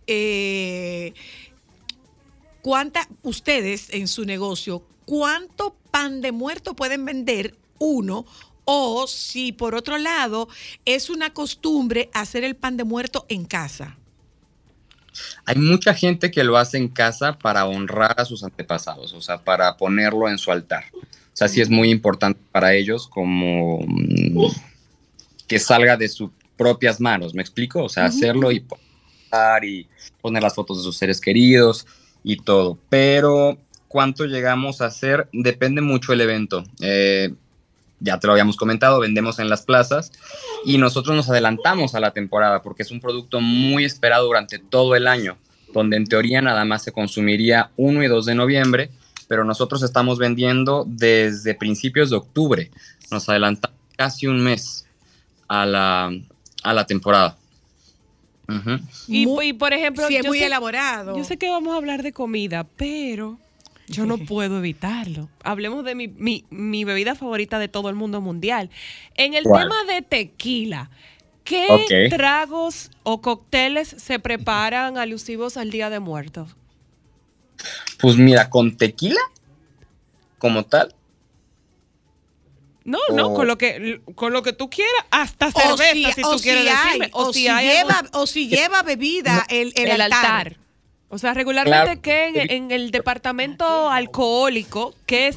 Ustedes en su negocio, ¿cuánto pan de muerto pueden vender uno? O si por otro lado es una costumbre hacer el pan de muerto en casa.
Hay mucha gente que lo hace en casa para honrar a sus antepasados, o sea, para ponerlo en su altar. O sea, sí es muy importante para ellos como que salga de sus propias manos, ¿me explico? O sea, hacerlo y altar y poner las fotos de sus seres queridos y todo. Pero cuánto llegamos a hacer depende mucho del evento. Ya te lo habíamos comentado, vendemos en las plazas y nosotros nos adelantamos a la temporada porque es un producto muy esperado durante todo el año, donde en teoría nada más se consumiría 1 y 2 de noviembre, pero nosotros estamos vendiendo desde principios de octubre. Nos adelantamos casi un mes a la temporada. Uh-huh.
Y por ejemplo,
sí, es muy elaborado.
Yo sé que vamos a hablar de comida, pero yo no puedo evitarlo. Hablemos de mi bebida favorita de todo el mundo mundial. En el tema de tequila, ¿qué tragos o cócteles se preparan alusivos al Día de Muertos?
Pues mira, con tequila, como tal.
No, con lo que tú quieras, hasta cerveza, si tú quieres decirme.
O si lleva bebida el altar.
O sea, regularmente
Claro.
que en el departamento alcohólico, en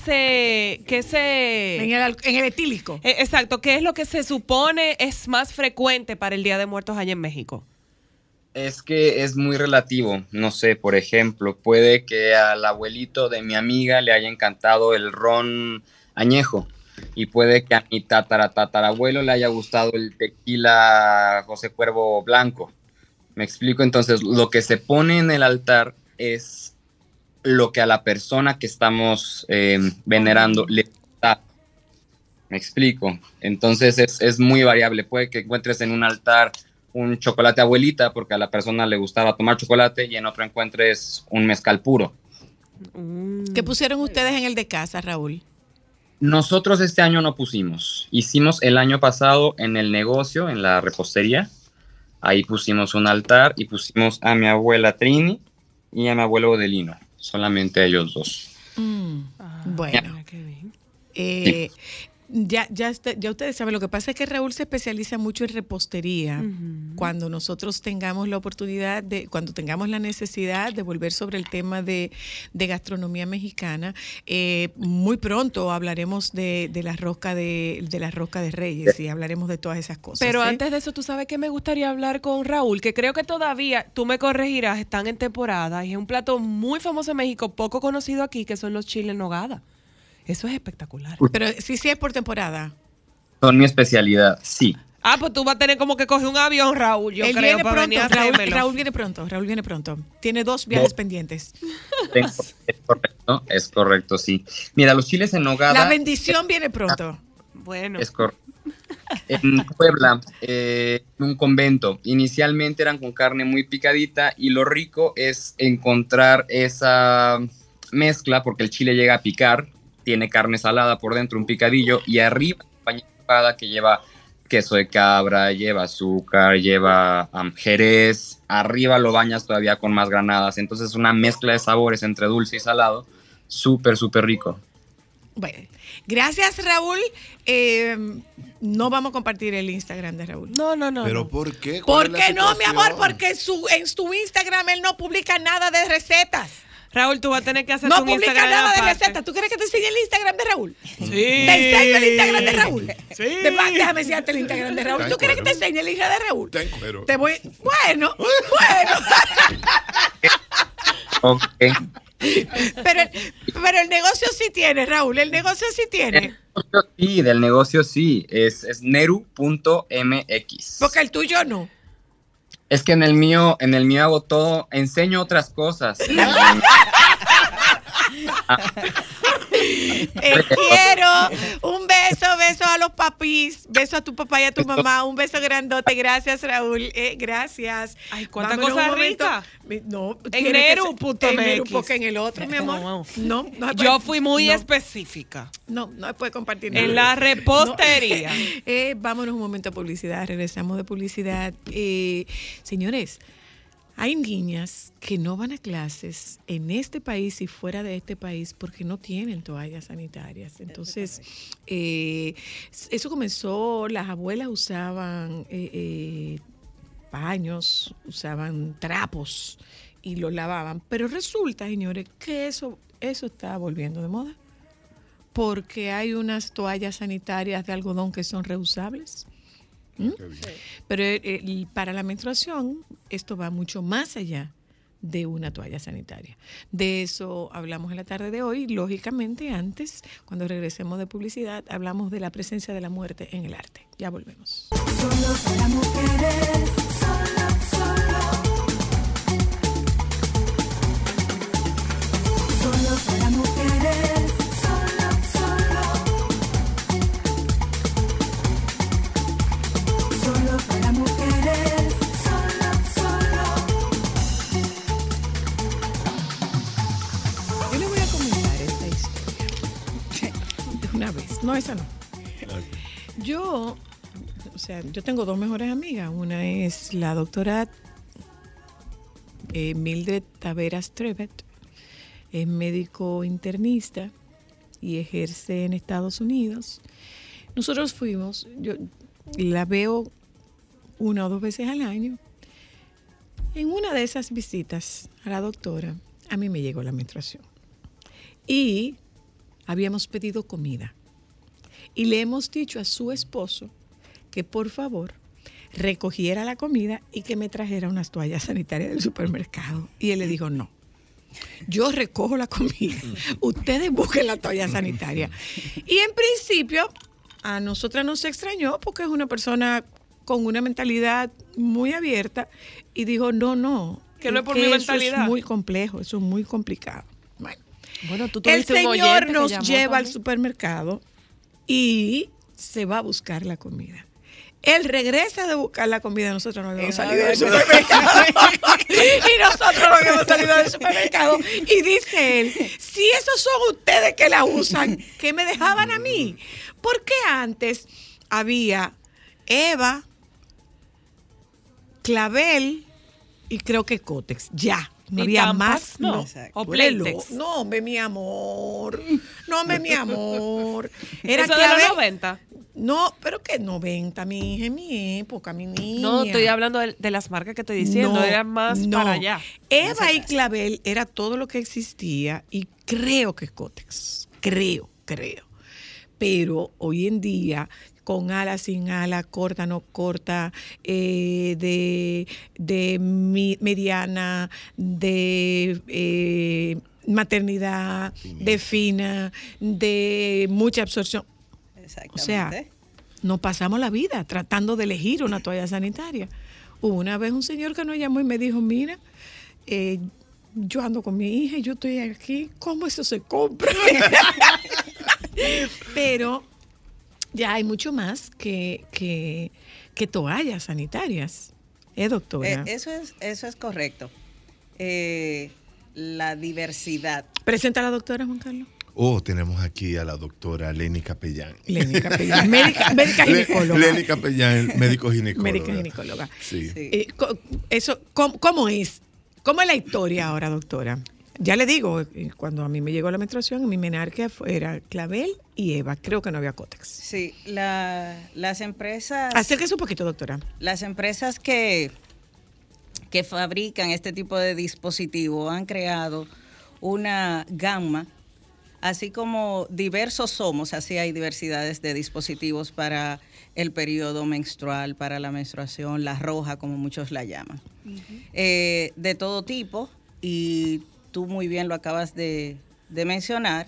el etílico.
Exacto, ¿qué es lo que se supone es más frecuente para el Día de Muertos allá en México?
Es que es muy relativo. No sé, por ejemplo, puede que al abuelito de mi amiga le haya encantado el ron añejo y puede que a mi tatarabuelo le haya gustado el tequila José Cuervo blanco. ¿Me explico? Entonces, lo que se pone en el altar es lo que a la persona que estamos venerando le gusta. ¿Me explico? Entonces, es muy variable. Puede que encuentres en un altar un chocolate abuelita porque a la persona le gustaba tomar chocolate y en otro encuentres un mezcal puro.
¿Qué pusieron ustedes en el de casa, Raúl?
Nosotros este año no pusimos. Hicimos el año pasado en el negocio, en la repostería. Ahí pusimos un altar y pusimos a mi abuela Trini y a mi abuelo Odelino. Solamente ellos dos.
Bueno.
Qué bien.
Sí. Ya ustedes saben, lo que pasa es que Raúl se especializa mucho en repostería.
Uh-huh.
Cuando nosotros tengamos la oportunidad cuando tengamos la necesidad de volver sobre el tema de gastronomía mexicana, muy pronto hablaremos de la rosca de Reyes y hablaremos de todas esas cosas.
Pero antes de eso, tú sabes que me gustaría hablar con Raúl, que creo que todavía, tú me corregirás, están en temporada y es un plato muy famoso en México, poco conocido aquí, que son los chiles en nogada. Eso es espectacular.
Pero sí es por temporada.
Son mi especialidad, sí.
Pues tú vas a tener como que coger un avión, Raúl, yo
Él
creo,
viene
para venir a
pronto,
hacérmelo.
Raúl viene pronto. Tiene 2 viajes pendientes.
Es correcto, sí. Mira, los chiles en nogada...
La bendición viene pronto.
Bueno.
Es correcto. En Puebla, en un convento, inicialmente eran con carne muy picadita y lo rico es encontrar esa mezcla porque el chile llega a picar, tiene carne salada por dentro, un picadillo y arriba acompañada que lleva queso de cabra, lleva azúcar, lleva jerez, arriba lo bañas todavía con más granadas, entonces una mezcla de sabores entre dulce y salado, súper, súper rico.
Bueno, gracias Raúl. No vamos a compartir el Instagram de Raúl.
No.
¿Pero por qué?
¿Por qué no, mi amor? Porque en su Instagram él no publica nada de recetas.
Raúl, tú vas a tener que hacer
No
un
publica
Instagram
nada de
aparte.
recetas. ¿Tú quieres que te enseñe el Instagram de Raúl?
Sí.
Te enseño el Instagram de Raúl.
Sí.
Déjame enseñarte el Instagram de Raúl. ¿Tú quieres que te enseñe el Instagram de Raúl?
Ten cuero.
Te voy... Bueno.
Ok.
Pero el negocio sí tiene, Raúl. El negocio sí tiene.
Sí, del negocio sí, es neru.mx.
Porque el tuyo no.
Es que en el mío hago todo, enseño otras cosas.
Te quiero. Un beso a los papis. Beso a tu papá y a tu mamá. Un beso grandote. Gracias, Raúl. Gracias.
Ay, cuánta
Vámonos
cosa
un momento.
rica.
No,
En
tiene que
Neru.mx.
ser- en Neru, porque en el otro, mi amor. No se puede-
Yo fui muy
no,
específica.
No se puede compartir nada.
En la repostería.
Vámonos un momento a publicidad. Regresamos de publicidad. Señores, hay niñas que no van a clases en este país y fuera de este país porque no tienen toallas sanitarias. Entonces, eso comenzó, las abuelas usaban paños, usaban trapos y los lavaban. Pero resulta, señores, que eso está volviendo de moda. Porque hay unas toallas sanitarias de algodón que son reusables. Pero para la menstruación, esto va mucho más allá de una toalla sanitaria. De eso hablamos en la tarde de hoy. Lógicamente, antes, cuando regresemos de publicidad, hablamos de la presencia de la muerte en el arte. Ya volvemos.
Solo para mujeres, solo para mujeres, solo para mujeres,
Yo le voy a comentar esta historia. De una vez. No, esa no. Yo tengo dos mejores amigas. Una es la doctora Mildred Taveras Trevet. Es médico internista y ejerce en Estados Unidos. Nosotros fuimos, yo la veo 1 o 2 veces al año. En una de esas visitas a la doctora, a mí me llegó la menstruación. Y habíamos pedido comida. Y le hemos dicho a su esposo que por favor recogiera la comida y que me trajera unas toallas sanitarias del supermercado. Y él le dijo no. Yo recojo la comida, ustedes busquen la toalla sanitaria. Y en principio a nosotras nos extrañó porque es una persona con una mentalidad muy abierta y dijo no,
que no es por mi mentalidad.
Eso es muy complejo, eso es muy complicado.
Bueno, tú
el
tuviste un
señor
oyente que
nos
llamó
lleva al
también.
supermercado y se va a buscar la comida. Él regresa de buscar la comida, nosotros no habíamos salido del supermercado. Y nosotros no habíamos salido del supermercado. Y dice él, si esos son ustedes que la usan, ¿qué me dejaban a mí? Porque antes había Eva, Clavel y creo que Cotex. Ya. No
¿Y
había
Tampax?
más.
No.
No.
¿O
Tú eres
Playtex?
No, hombre, mi amor. No, hombre, mi amor. Era
¿Eso de los
Clavel.
90?
No, pero que 90, mi hija, en mi época, mi niña.
No, estoy hablando de las marcas que estoy diciendo, eran más para allá.
Eva y Clavel era todo lo que existía y creo que es Cotex. Creo. Pero hoy en día, con ala, sin ala, corta, no corta, mediana, de maternidad, de fina, de mucha absorción. O sea, nos pasamos la vida tratando de elegir una toalla sanitaria. Hubo una vez un señor que nos llamó y me dijo, mira, yo ando con mi hija y yo estoy aquí, ¿cómo eso se compra? Pero ya hay mucho más que toallas sanitarias, doctora?
Eso es correcto. La diversidad.
Presenta a la doctora, Juan Carlos.
Tenemos aquí a la doctora Leni Capellán.
Leni Capellán, médica ginecóloga.
Leni Capellán, médico ginecóloga.
Médica ginecóloga.
Sí.
¿Cómo es? ¿Cómo es la historia ahora, doctora? Ya le digo, cuando a mí me llegó la menstruación, mi menarquia era Clavel y Eva. Creo que no había Cotex.
Sí, las empresas...
Acérquese un poquito, doctora.
Las empresas que fabrican este tipo de dispositivos han creado una gama, así como diversos somos, así hay diversidades de dispositivos para el periodo menstrual, para la menstruación, la roja, como muchos la llaman. De todo tipo, y tú muy bien lo acabas de mencionar,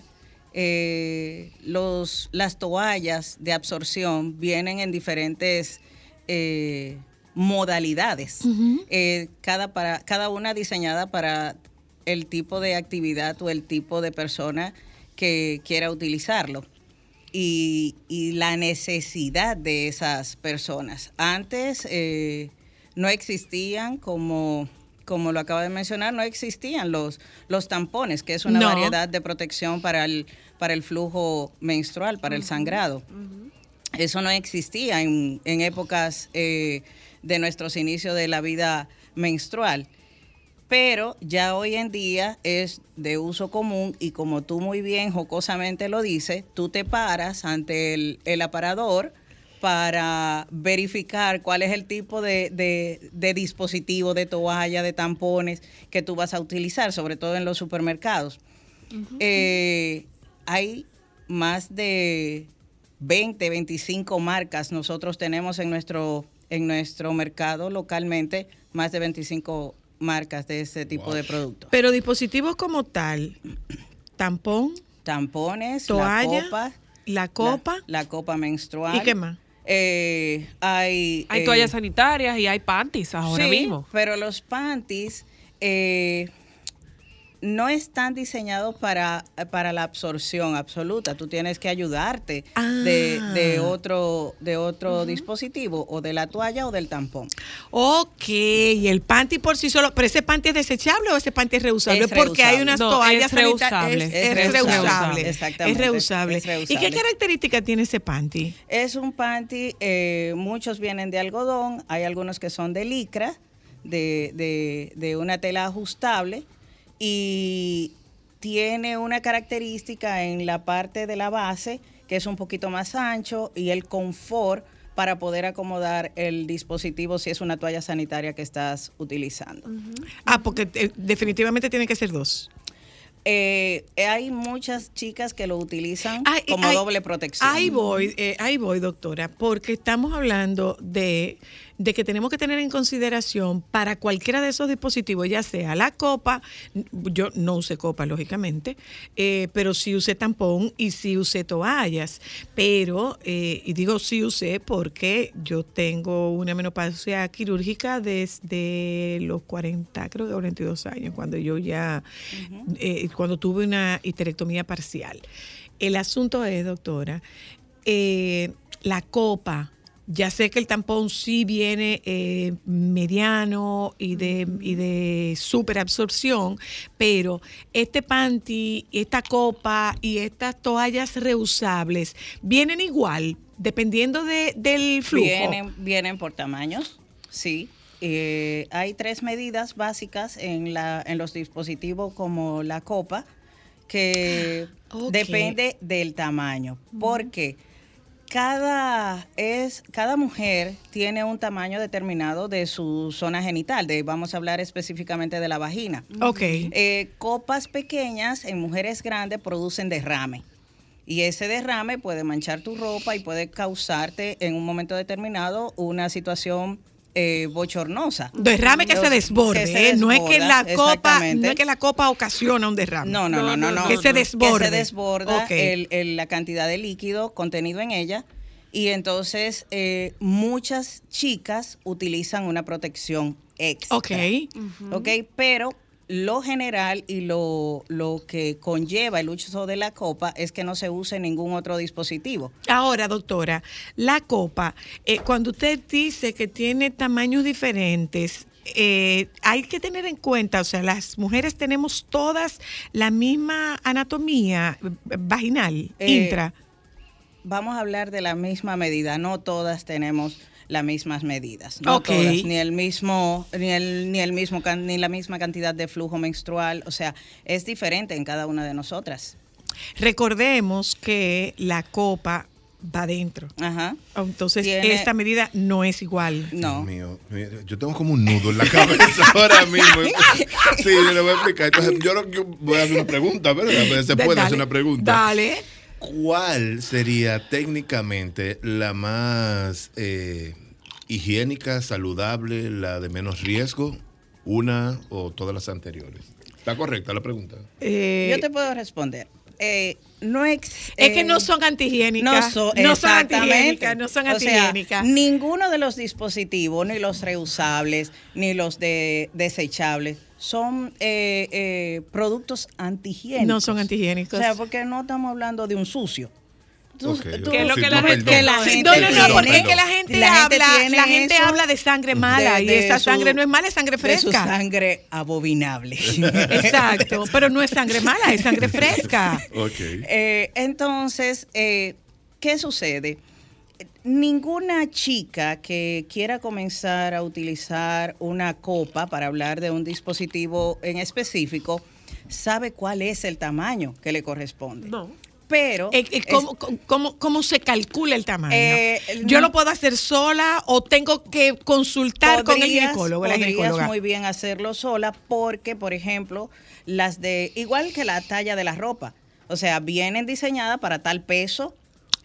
las toallas de absorción vienen en diferentes modalidades, cada una diseñada para el tipo de actividad o el tipo de persona que quiera utilizarlo y la necesidad de esas personas. Antes no existían, como lo acaba de mencionar, no existían los tampones, que es una variedad de protección para el flujo menstrual, para el sangrado. Eso no existía en épocas de nuestros inicios de la vida menstrual. Pero ya hoy en día es de uso común y como tú muy bien jocosamente lo dices, tú te paras ante el aparador para verificar cuál es el tipo de dispositivo, de toalla, de tampones que tú vas a utilizar, sobre todo en los supermercados. Hay más de 20, 25 marcas. Nosotros tenemos en nuestro mercado localmente más de 25 marcas de ese tipo de productos.
Pero dispositivos como tal, tampones, toalla, la copa menstrual.
¿Y
qué más?
Hay
toallas sanitarias y hay panties ahora mismo.
Pero los panties no están diseñados para la absorción absoluta. Tú tienes que ayudarte de otro dispositivo, o de la toalla o del tampón.
Ok, y el panty por sí solo, ¿pero ese panty es desechable o ese panty es reusable? Porque hay unas toallas
reusables.
Es reusable.
Exactamente.
Es reusable. ¿Y qué característica tiene ese panty?
Es un panty, muchos vienen de algodón, hay algunos que son de licra, de una tela ajustable, y tiene una característica en la parte de la base que es un poquito más ancho, y el confort para poder acomodar el dispositivo si es una toalla sanitaria que estás utilizando.
Porque definitivamente tiene que ser dos.
Hay muchas chicas que lo utilizan como doble protección.
Ahí voy, doctora, porque estamos hablando de que tenemos que tener en consideración para cualquiera de esos dispositivos, ya sea la copa, yo no usé copa, lógicamente, pero sí usé tampón y sí usé toallas, pero, y digo sí usé porque yo tengo una menopausia quirúrgica desde los 40, creo que 42 años, cuando yo ya, cuando tuve una histerectomía parcial. El asunto es, doctora, la copa. Ya sé que el tampón sí viene mediano y de superabsorción, pero este panty, esta copa y estas toallas reusables vienen igual, dependiendo del flujo.
Vienen por tamaños, sí. Hay 3 medidas básicas en los dispositivos como la copa, que depende del tamaño. ¿Por qué? Cada mujer tiene un tamaño determinado de su zona genital, vamos a hablar específicamente de la vagina. Copas pequeñas en mujeres grandes producen derrame, y ese derrame puede manchar tu ropa y puede causarte en un momento determinado una situación bochornosa.
Derrame que se desborde, no es que la copa ocasiona un derrame.
No.
Que se desborde.
Que se desborda la cantidad de líquido contenido en ella, y entonces muchas chicas utilizan una protección extra. Pero lo general y lo que conlleva el uso de la copa es que no se use ningún otro dispositivo.
Ahora, doctora, la copa, cuando usted dice que tiene tamaños diferentes, hay que tener en cuenta, o sea, las mujeres tenemos todas la misma anatomía vaginal, intra.
Vamos a hablar de la misma medida, no todas tenemos las mismas medidas, no todas, ni la misma cantidad de flujo menstrual, o sea, es diferente en cada una de nosotras.
Recordemos que la copa va adentro. Entonces, esta medida no es igual.
No. Dios mío, yo tengo como un nudo en la cabeza ahora mismo. Sí, yo le voy a explicar. Entonces, yo voy a hacer una pregunta, ¿verdad? Se puede hacer una pregunta.
Dale.
¿Cuál sería técnicamente la más higiénica, saludable, la de menos riesgo? ¿Una o todas las anteriores? ¿Está correcta la pregunta?
Yo te puedo responder. Es
que no son antihigiénicas. No son antihigiénicas.
Ninguno de los dispositivos, ni los reusables, ni los desechables, son productos antihigiénicos.
No son antihigiénicos.
O sea, porque no estamos hablando de un sucio.
¿Qué es lo que la gente No, porque es que la gente habla de sangre mala, y esa sangre no es mala, es sangre fresca.
De su sangre abominable.
Exacto, pero no es sangre mala, es sangre fresca.
Entonces, ¿qué sucede? Ninguna chica que quiera comenzar a utilizar una copa, para hablar de un dispositivo en específico, sabe cuál es el tamaño que le corresponde.
No.
Pero
¿cómo se calcula el tamaño? ¿Yo lo puedo hacer sola o tengo que consultar con el ginecólogo?
Podrías muy bien hacerlo sola, porque, por ejemplo, igual que la talla de la ropa, o sea, vienen diseñadas para tal peso,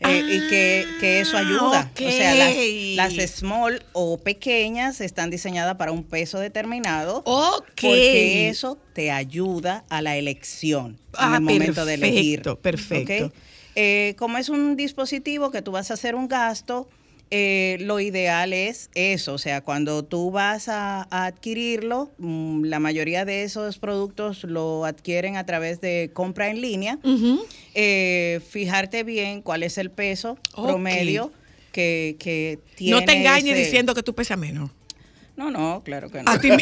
y que eso ayuda.
ok.
O sea, las small o pequeñas están diseñadas para un peso determinado.
Ok.
Porque eso te ayuda a la elección en el momento de elegir.
Perfecto.
¿Ok? Como es un dispositivo que tú vas a hacer un gasto, lo ideal es eso, o sea, cuando tú vas a adquirirlo, la mayoría de esos productos lo adquieren a través de compra en línea. Fijarte bien cuál es el peso promedio que tiene.
No te engañes diciendo que tú pesas menos.
No, claro que no.
A ti no,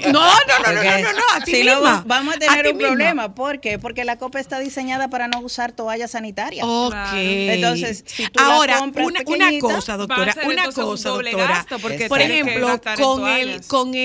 a ti
si
misma.
no, vamos a tener
ti
un
misma.
problema. ¿Por qué? Porque la copa está diseñada para no usar toallas sanitarias.
Ok.
Entonces, si tú
ahora,
la compras
una
pequeñita,
cosa, doctora,
va a ser
una
entonces un
cosa,
doble
doctora.
gasto, porque
Por
tienes que
ejemplo,
gastar en toallas.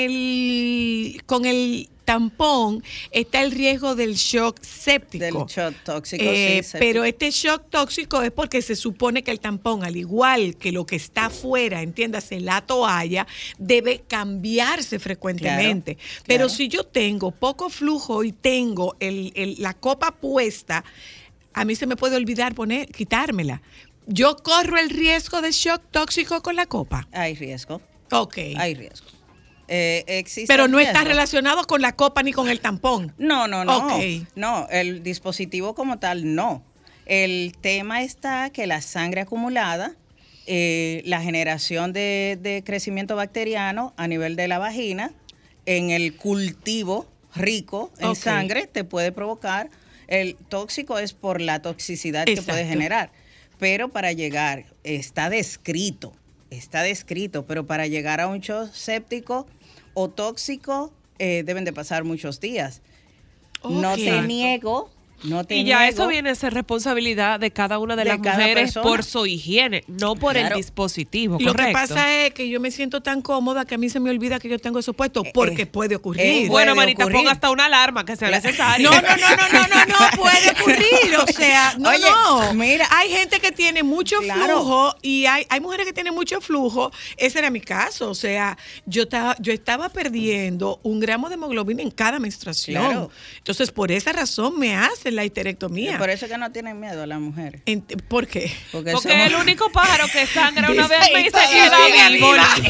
con el tampón está el riesgo del shock séptico.
del shock tóxico, sí,
Pero este shock tóxico es porque se supone que el tampón, al igual que lo que está afuera, entiéndase, la toalla, debe cambiarse frecuentemente.
Claro,
Pero
claro.
si yo tengo poco flujo y tengo la copa puesta, a mí se me puede olvidar quitármela. Yo corro el riesgo de shock tóxico con la copa.
hay riesgo.
Ok.
Hay riesgo. Existe
Pero no está
riesgo.
relacionado con la copa ni con el tampón.
No.
Ok.
No, el dispositivo como tal, no. El tema está que la sangre acumulada, la generación de crecimiento bacteriano a nivel de la vagina, en el cultivo rico en
Ok.
sangre, te puede provocar. El tóxico es por la toxicidad que puede
Exacto.
generar. Pero para llegar, está descrito, pero para llegar a un shock séptico o tóxico, deben de pasar muchos días. No
Ok.
te niego.
Y ya eso viene a ser responsabilidad de cada una de las
cada
mujeres
persona.
por su higiene, no por
Claro.
el dispositivo,
Lo
correcto.
que pasa es que yo me siento tan cómoda que a mí se me olvida que yo tengo eso puesto porque puede ocurrir.
Bueno,
puede
Manita,
ocurrir.
ponga hasta una alarma que sea necesaria.
No puede ocurrir. O sea, no.
Mira.
Hay gente que tiene mucho
Claro.
flujo y hay mujeres que tienen mucho flujo. Ese era mi caso. O sea, yo estaba perdiendo 1 gramo de hemoglobina en cada menstruación.
Claro.
Entonces, por esa razón me hacen la histerectomía.
Por eso que no tienen miedo a las mujeres.
¿Por qué?
Porque
Porque
somos-
el único pájaro que sangra una vez al mes y se
Dice,
queda
sí,
vivo.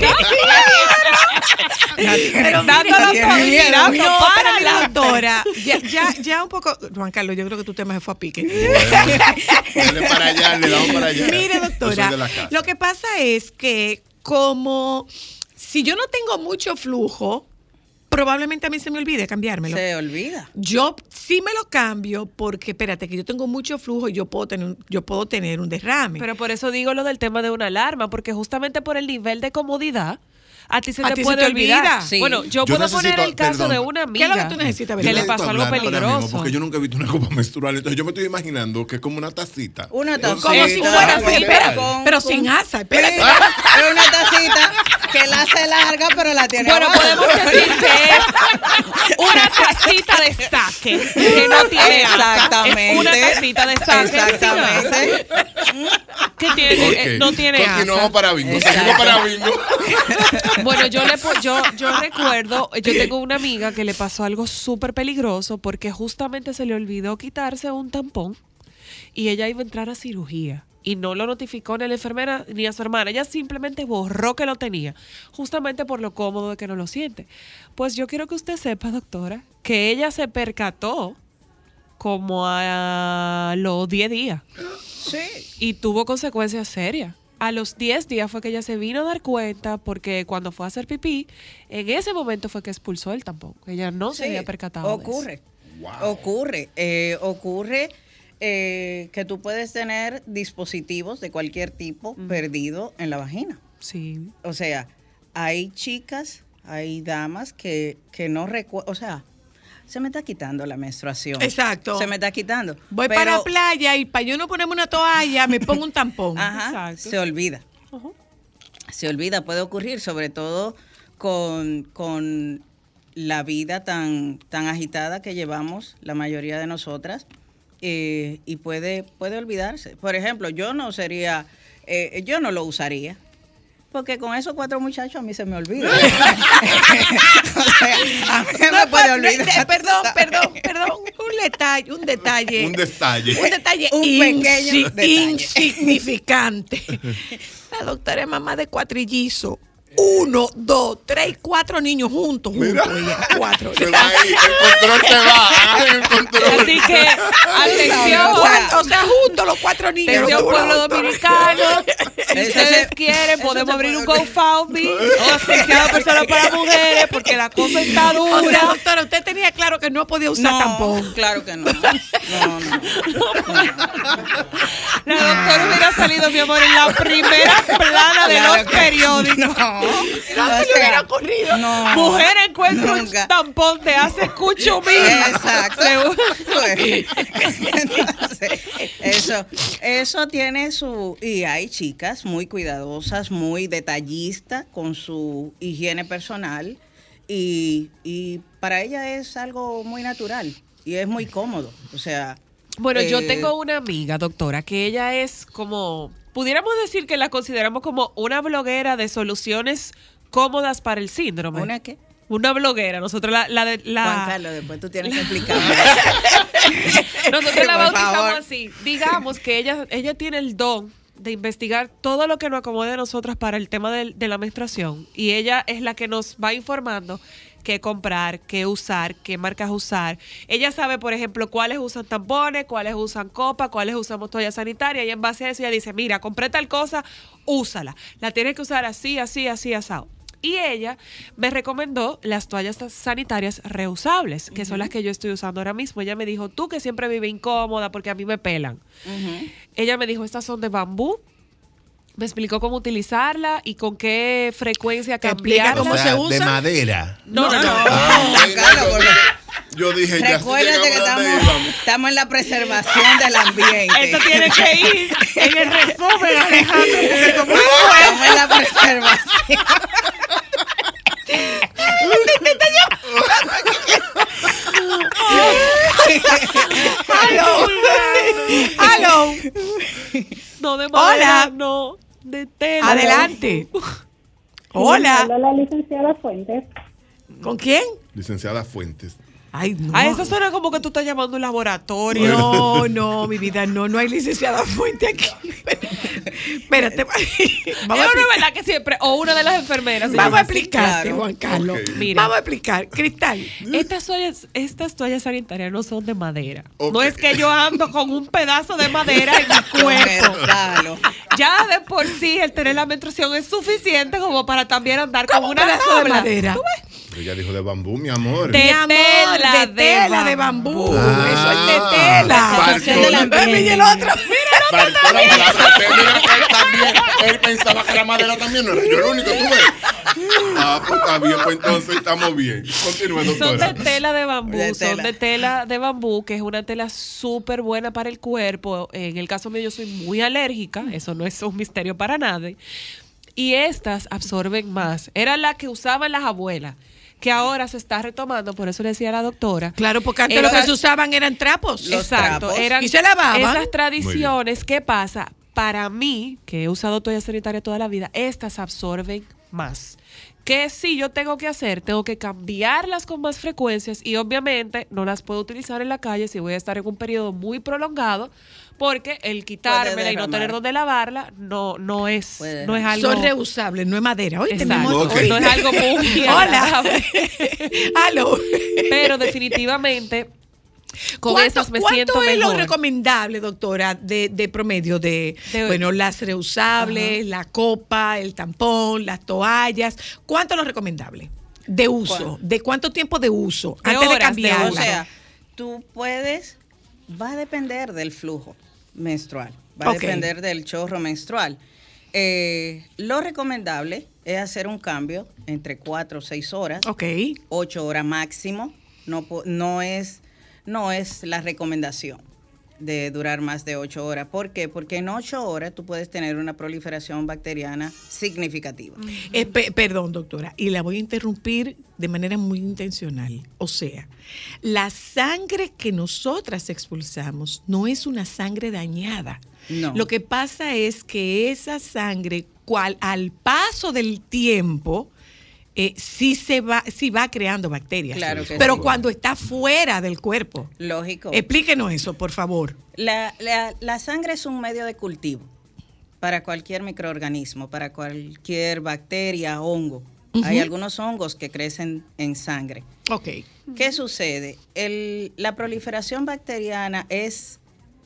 Pero
Dándolo
mira,
todo y mirando,
no,
para
pero mira,
adelante.
doctora, ya un poco, Juan Carlos, yo creo que tu tema se fue a pique.
Dale para allá, le damos para allá.
Mire,
Yo soy
doctora,
de la casa.
lo que pasa es que como si yo no tengo mucho flujo, probablemente a mí se me olvide cambiármelo.
se olvida.
Yo sí me lo cambio porque, espérate, que yo tengo mucho flujo y yo puedo tener un derrame.
Pero por eso digo lo del tema de una alarma, porque justamente por el nivel de comodidad, a ti se
¿A
te
ti se
puede
te
olvidar.
olvida?
Sí.
Bueno, yo
Yo
puedo poner
necesito-
el caso
perdón.
de una
¿Qué es lo
amiga
que tú necesitas,
que
Belén?
le
Yo
pasó
necesito
algo
hablar ahora mismo,
peligroso.
porque yo nunca he visto una copa menstrual. Entonces yo me estoy imaginando que es como una tacita.
Una tacita.
Como si fuera así,
espera,
pero sin asa, espérate.
Pero una tacita que la hace larga, pero la tiene
Bueno,
abajo.
podemos decir que es una tacita de saque que no tiene asa.
Exactamente.
Es una tacita de saque sin
Exactamente.
asa, que tiene,
Ok.
no tiene
Continuamos
asa.
para bingo.
Exacto.
Seguimos para bingo.
Bueno, yo recuerdo, yo tengo una amiga que le pasó algo súper peligroso porque justamente se le olvidó quitarse un tampón y ella iba a entrar a cirugía. Y no lo notificó ni a la enfermera ni a su hermana. Ella simplemente borró que lo tenía, justamente por lo cómodo de que no lo siente. Pues yo quiero que usted sepa, doctora, que ella se percató como a los 10 días.
Sí.
Y tuvo consecuencias serias. A los 10 días fue que ella se vino a dar cuenta porque cuando fue a hacer pipí, en ese momento fue que expulsó el tampón. Ella no se
Sí,
había percatado de eso.
Ocurre. Ocurre que tú puedes tener dispositivos de cualquier tipo perdido en la vagina.
Sí.
O sea, hay chicas, hay damas que no recuerdan, o sea, se me está quitando la menstruación.
Exacto.
Se me está quitando.
Voy
Pero-
para la playa y para yo no ponerme una toalla, me pongo un tampón.
Ajá,
Exacto.
se olvida. Se olvida, puede ocurrir, sobre todo con la vida tan agitada que llevamos la mayoría de nosotras, y puede olvidarse. Por ejemplo, yo no lo usaría, Porque con esos 4 muchachos a mí se me olvida. O sea, a mí se me puede olvidar.
Perdón. Un detalle.
Un pequeño detalle.
Insignificante. La doctora es mamá de 4 trillizos. 1, 2, 3, 4 niños juntos. Ella, 4.
Se va ahí, el control se va. El control.
Así que, atención.
O sea, juntos los 4 niños.
Atención, pueblo dominicano. Si ustedes quieren, podemos abrir un GoFundMe o asociado a personas para mujeres, porque la cosa está dura.
O sea, doctora, usted tenía claro que no podía usar tampón.
Claro que no. No.
La doctora hubiera salido, mi amor, en la primera plana de los periódicos.
No se le hubiera ocurrido.
No.
Mujer encuentra un tampón, te hace cuchumil.
Exacto. Entonces, eso tiene su... Y hay chicas muy cuidadosas, muy detallistas con su higiene personal y para ella es algo muy natural y es muy cómodo. O sea...
Bueno, yo tengo una amiga, doctora, que ella es como... Pudiéramos decir que la consideramos como una bloguera de soluciones cómodas para el síndrome.
¿Una qué?
Una bloguera. Nosotros la
Juan Carlos, después tú tienes que explicarme.
Nosotros la
Por
bautizamos
favor.
así. Digamos que ella tiene el don de investigar todo lo que nos acomode a nosotras para el tema de la menstruación. Y ella es la que nos va informando qué comprar, qué usar, qué marcas usar. Ella sabe, por ejemplo, cuáles usan tampones, cuáles usan copa, cuáles usamos toallas sanitarias, y en base a eso ella dice, mira, compré tal cosa, úsala. La tienes que usar así, así, así, asado. Y ella me recomendó las toallas sanitarias reusables, que son las que yo estoy usando ahora mismo. Ella me dijo, tú que siempre vives incómoda porque a mí me pelan. Ella me dijo, estas son de bambú. Me explicó cómo utilizarla y con qué frecuencia cambiarla.
¿Cómo se usa?
De madera.
No.
Yo dije, ya
recuérdate que estamos en la preservación del ambiente.
Esto tiene que ir en el resumen, Alejandro, porque como
Estamos en la preservación.
¡Aló!
no de madera,
Hola.
no, de tela.
Adelante. Hola.
Habla la licenciada Fuentes.
¿Con quién?
Licenciada Fuentes.
Ay, no.
A eso suena como que tú estás llamando un laboratorio.
No, mi vida, no hay licenciada Fuente aquí. Espérate.
Es una verdad que siempre, o una de las enfermeras.
Vamos a explicarte,
Claro.
Juan Carlos.
Ok.
Mira.
Vamos a explicar. Cristal.
Estas toallas sanitarias no son de madera.
Ok.
No es que yo ando con un pedazo de madera en mi cuerpo.
Claro.
Ya de por sí el tener la menstruación es suficiente como para también andar con
¿Cómo
una
un pedazo de
tabla.
madera?
¿Tú ves?
Pero ella dijo de bambú, mi amor.
De
Mi amor,
tela,
de tela de bambú.
Ah,
Eso es de tela.
faltó
del ambiente.
Y el otro.
Faltó la palabra tela. Mira, él también. Él pensaba que la madera también no era yo el único, tú ves. Pues está bien, pues entonces estamos bien. Continúe,
Son
doctora.
de tela de bambú,
De
son
tela.
de tela de bambú, que es una tela súper buena para el cuerpo. En el caso mío yo soy muy alérgica, eso no es un misterio para nadie. Y estas absorben más. Era la que usaban las abuelas, que ahora se está retomando, por eso le decía a la doctora.
Claro, porque antes lo que se usaban eran trapos.
Exacto,
trapos.
eran
Y se lavaban.
esas tradiciones. ¿Qué pasa? Para mí, que he usado toalla sanitaria toda la vida, estas absorben más. ¿Qué sí yo tengo que hacer? Tengo que cambiarlas con más frecuencias y obviamente no las puedo utilizar en la calle si voy a estar en un periodo muy prolongado, porque el quitármela y no tener donde lavarla no es algo.
Son reusables, no es madera. Hoy
Exacto.
tenemos.
Ok.
No es algo muy
Hola.
agradable.
Aló.
Pero definitivamente con estas me siento
¿Cuánto es lo
mejor.
recomendable, doctora, de promedio de bueno, las reusables, la copa, el tampón, las toallas? ¿Cuánto es lo recomendable de uso?
¿Cuánto?
¿De cuánto tiempo de uso?
De
Antes de
horas de
cambiarla.
O sea, tú puedes, va a depender del flujo menstrual, va a
Ok.
depender del chorro menstrual. Lo recomendable es hacer un cambio entre 4 o 6 horas,
Ok.
8 horas máximo. No es la recomendación de durar más de 8 horas. ¿Por qué? Porque en 8 horas tú puedes tener una proliferación bacteriana significativa.
Perdón, doctora, y la voy a interrumpir de manera muy intencional. O sea, la sangre que nosotras expulsamos no es una sangre dañada.
No.
Lo que pasa es que esa sangre, cual al paso del tiempo sí va creando bacterias.
Claro que
pero
sí.
cuando está fuera del cuerpo.
Lógico.
Explíquenos eso, por favor.
La sangre es un medio de cultivo para cualquier microorganismo, para cualquier bacteria, hongo. Hay algunos hongos que crecen en sangre.
Ok.
¿Qué sucede? La proliferación bacteriana es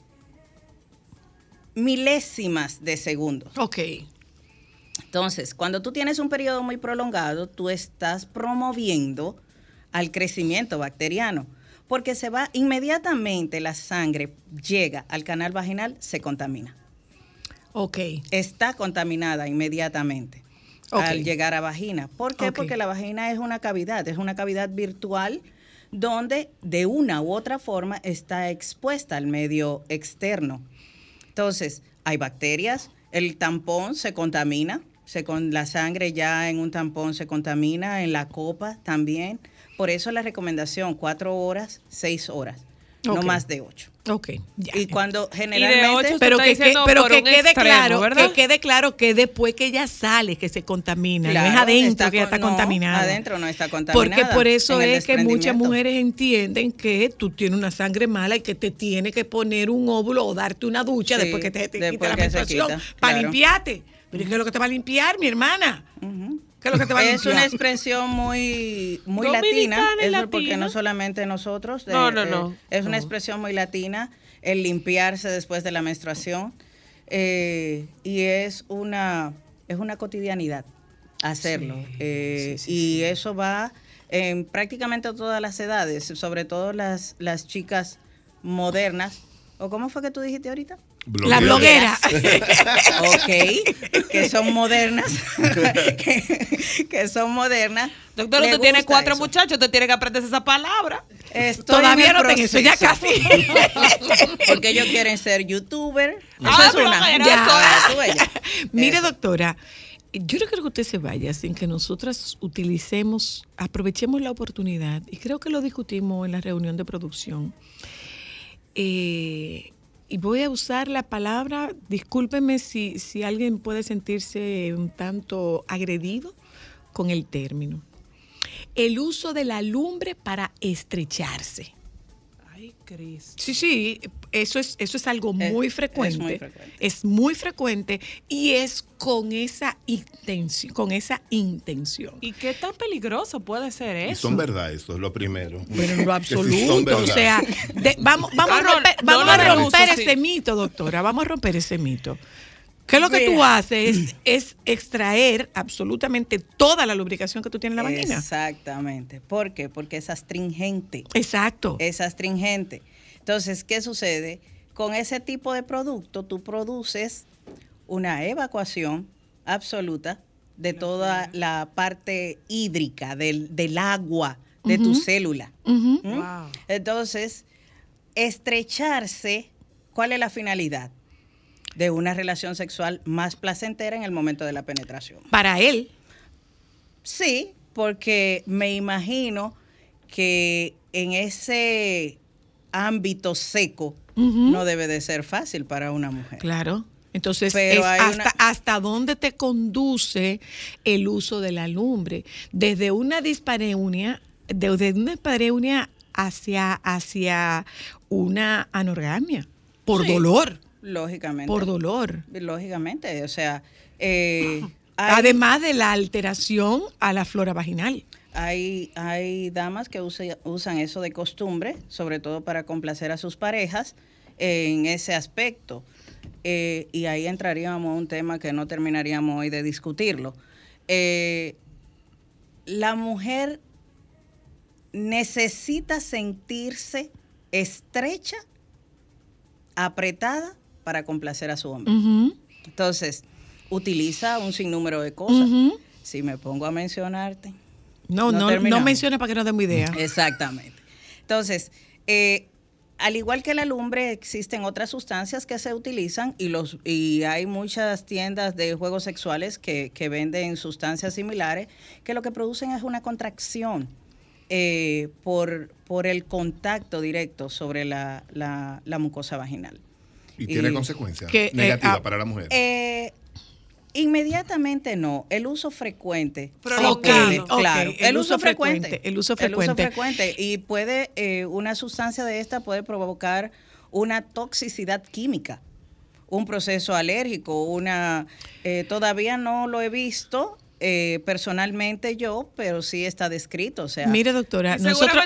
milésimas de segundos.
Ok.
Entonces, cuando tú tienes un periodo muy prolongado, tú estás promoviendo al crecimiento bacteriano, porque se va inmediatamente, la sangre llega al canal vaginal, se contamina.
Ok.
Está contaminada inmediatamente al llegar a vagina. ¿Por qué? Porque la vagina es una cavidad virtual donde de una u otra forma está expuesta al medio externo. Entonces, hay bacterias, el tampón se contamina, la sangre ya en un tampón se contamina, en la copa también. Por eso la recomendación, 4 horas, 6 horas, no más de 8.
Ok, ya.
Y cuando generalmente...
Pero que quede claro que después que ella sale, que se contamina,
Claro,
no es adentro
está
que ella está contaminada.
Adentro no está contaminada.
Porque por eso
en el
es que muchas
desprendimiento.
mujeres entienden que tú tienes una sangre mala y que te tiene que poner un óvulo o darte una ducha
Sí,
después que te
después
quita la
que se
menstruación
quita,
para
claro.
limpiarte. Pero ¿qué es lo que te va a limpiar, mi hermana? ¿Qué es lo que te va a
Es
limpiar?
una expresión muy latina, eso porque no solamente nosotros.
No.
Es una expresión muy latina, el limpiarse después de la menstruación, y es una cotidianidad hacerlo. Y eso va en prácticamente todas las edades, sobre todo las chicas modernas. ¿O cómo fue que tú dijiste ahorita?
La bloguera.
Ok, que son modernas. que son modernas.
Doctor, usted tiene 4 muchachos, usted tiene que aprender esa palabra.
Todavía no tengo eso, ya casi.
Porque ellos quieren ser youtuber.
Mire, doctora, yo no creo que usted se vaya sin que nosotras aprovechemos la oportunidad, y creo que lo discutimos en la reunión de producción. Y voy a usar la palabra, discúlpeme si alguien puede sentirse un tanto agredido con el término. El uso de la lumbre para estrecharse.
Ay, Cristo.
Sí, eso es algo muy frecuente. Es muy frecuente y es con esa intención.
¿Y qué tan peligroso puede ser eso?
Y son verdad, eso es lo primero.
Bueno, en lo
Que sí son
absoluto,
verdad.
o sea, vamos a romper ese mito, doctora, vamos a romper ese mito. ¿Qué es lo que tú haces? Es extraer absolutamente toda la lubricación que tú tienes en la vagina.
Exactamente. ¿Por qué? Porque es astringente.
Exacto.
Es astringente. Entonces, ¿qué sucede? Con ese tipo de producto, tú produces una evacuación absoluta de toda la parte hídrica, del agua, de tu célula.
Wow.
Entonces, estrecharse, ¿cuál es la finalidad? De una relación sexual más placentera en el momento de la penetración.
Para él.
Sí, porque me imagino que en ese ámbito seco no debe de ser fácil para una mujer.
Claro. Entonces,
Pero
hasta dónde te conduce el uso de la lumbre. Desde una dispareunia, hacia una anorgasmia, por dolor.
Lógicamente.
Por dolor.
Lógicamente, o sea...
además de la alteración a la flora vaginal.
Hay damas que usan eso de costumbre, sobre todo para complacer a sus parejas en ese aspecto. Y ahí entraríamos a un tema que no terminaríamos hoy de discutirlo. La mujer necesita sentirse estrecha, apretada para complacer a su hombre. Entonces, utiliza un sinnúmero de cosas. Si me pongo a mencionarte...
No menciona para que no demos idea.
Exactamente. Entonces, al igual que la lumbre, existen otras sustancias que se utilizan y hay muchas tiendas de juegos sexuales que venden sustancias similares que lo que producen es una contracción por el contacto directo sobre la mucosa vaginal.
Y tiene consecuencias negativas para la mujer.
Inmediatamente no, el uso frecuente.
Prolongado.
Claro,
El uso frecuente.
El uso frecuente. Y puede, una sustancia de esta puede provocar una toxicidad química, un proceso alérgico, todavía no lo he visto personalmente yo, pero sí está descrito. O sea,
mire, doctora,
nosotros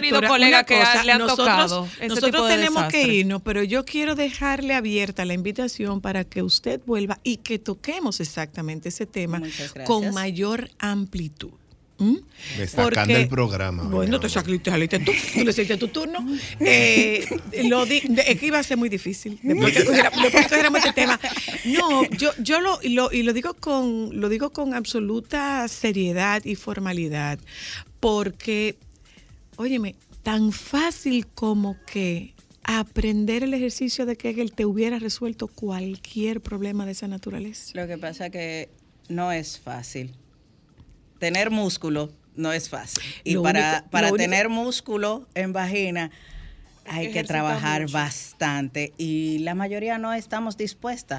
tenemos que irnos, pero yo quiero dejarle abierta la invitación para que usted vuelva y que toquemos exactamente ese tema con mayor amplitud.
Destacando el programa.
Bueno, te saliste tú le hiciste tu turno. Es que iba a ser muy difícil después que cogiéramos este tema. No, yo lo digo con absoluta seriedad y formalidad, porque, óyeme, tan fácil como que aprender el ejercicio de Kegel te hubiera resuelto cualquier problema de esa naturaleza.
Lo que pasa que no es fácil. Tener músculo no es fácil. Y para tener músculo en vagina hay que trabajar bastante. Y la mayoría no estamos dispuestas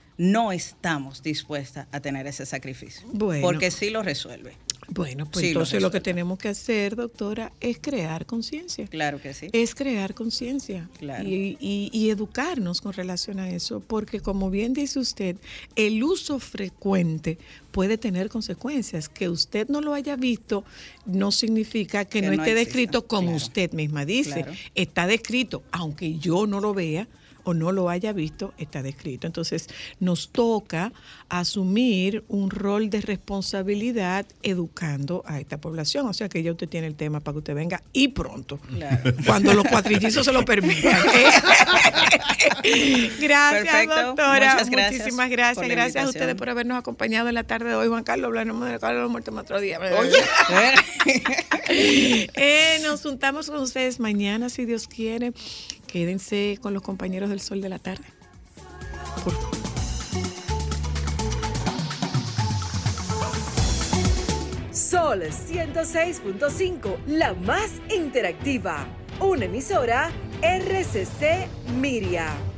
a tener ese sacrificio.
Bueno,
porque sí lo resuelve.
Bueno, pues sí, entonces lo que tenemos que hacer, doctora, es crear conciencia.
Claro que sí.
Es crear conciencia.
Claro.
Y educarnos con relación a eso, porque como bien dice usted, el uso frecuente puede tener consecuencias. Que usted no lo haya visto no significa que no esté descrito como usted misma dice. Claro. Está descrito, aunque yo no lo vea o no lo haya visto, está descrito. Entonces, nos toca asumir un rol de responsabilidad educando a esta población. O sea que ya usted tiene el tema para que usted venga y pronto, claro, cuando los cuatrillizos se lo permitan. Gracias, perfecto, doctora. Muchas gracias. Muchísimas gracias. Gracias a ustedes por habernos acompañado en la tarde de hoy. Juan Carlos, hablaremos de Carlos muerto otro día. Oye. Nos juntamos con ustedes mañana, si Dios quiere. Quédense con los compañeros del Sol de la Tarde. Por favor.
Sol 106.5, la más interactiva. Una emisora RCC Miria.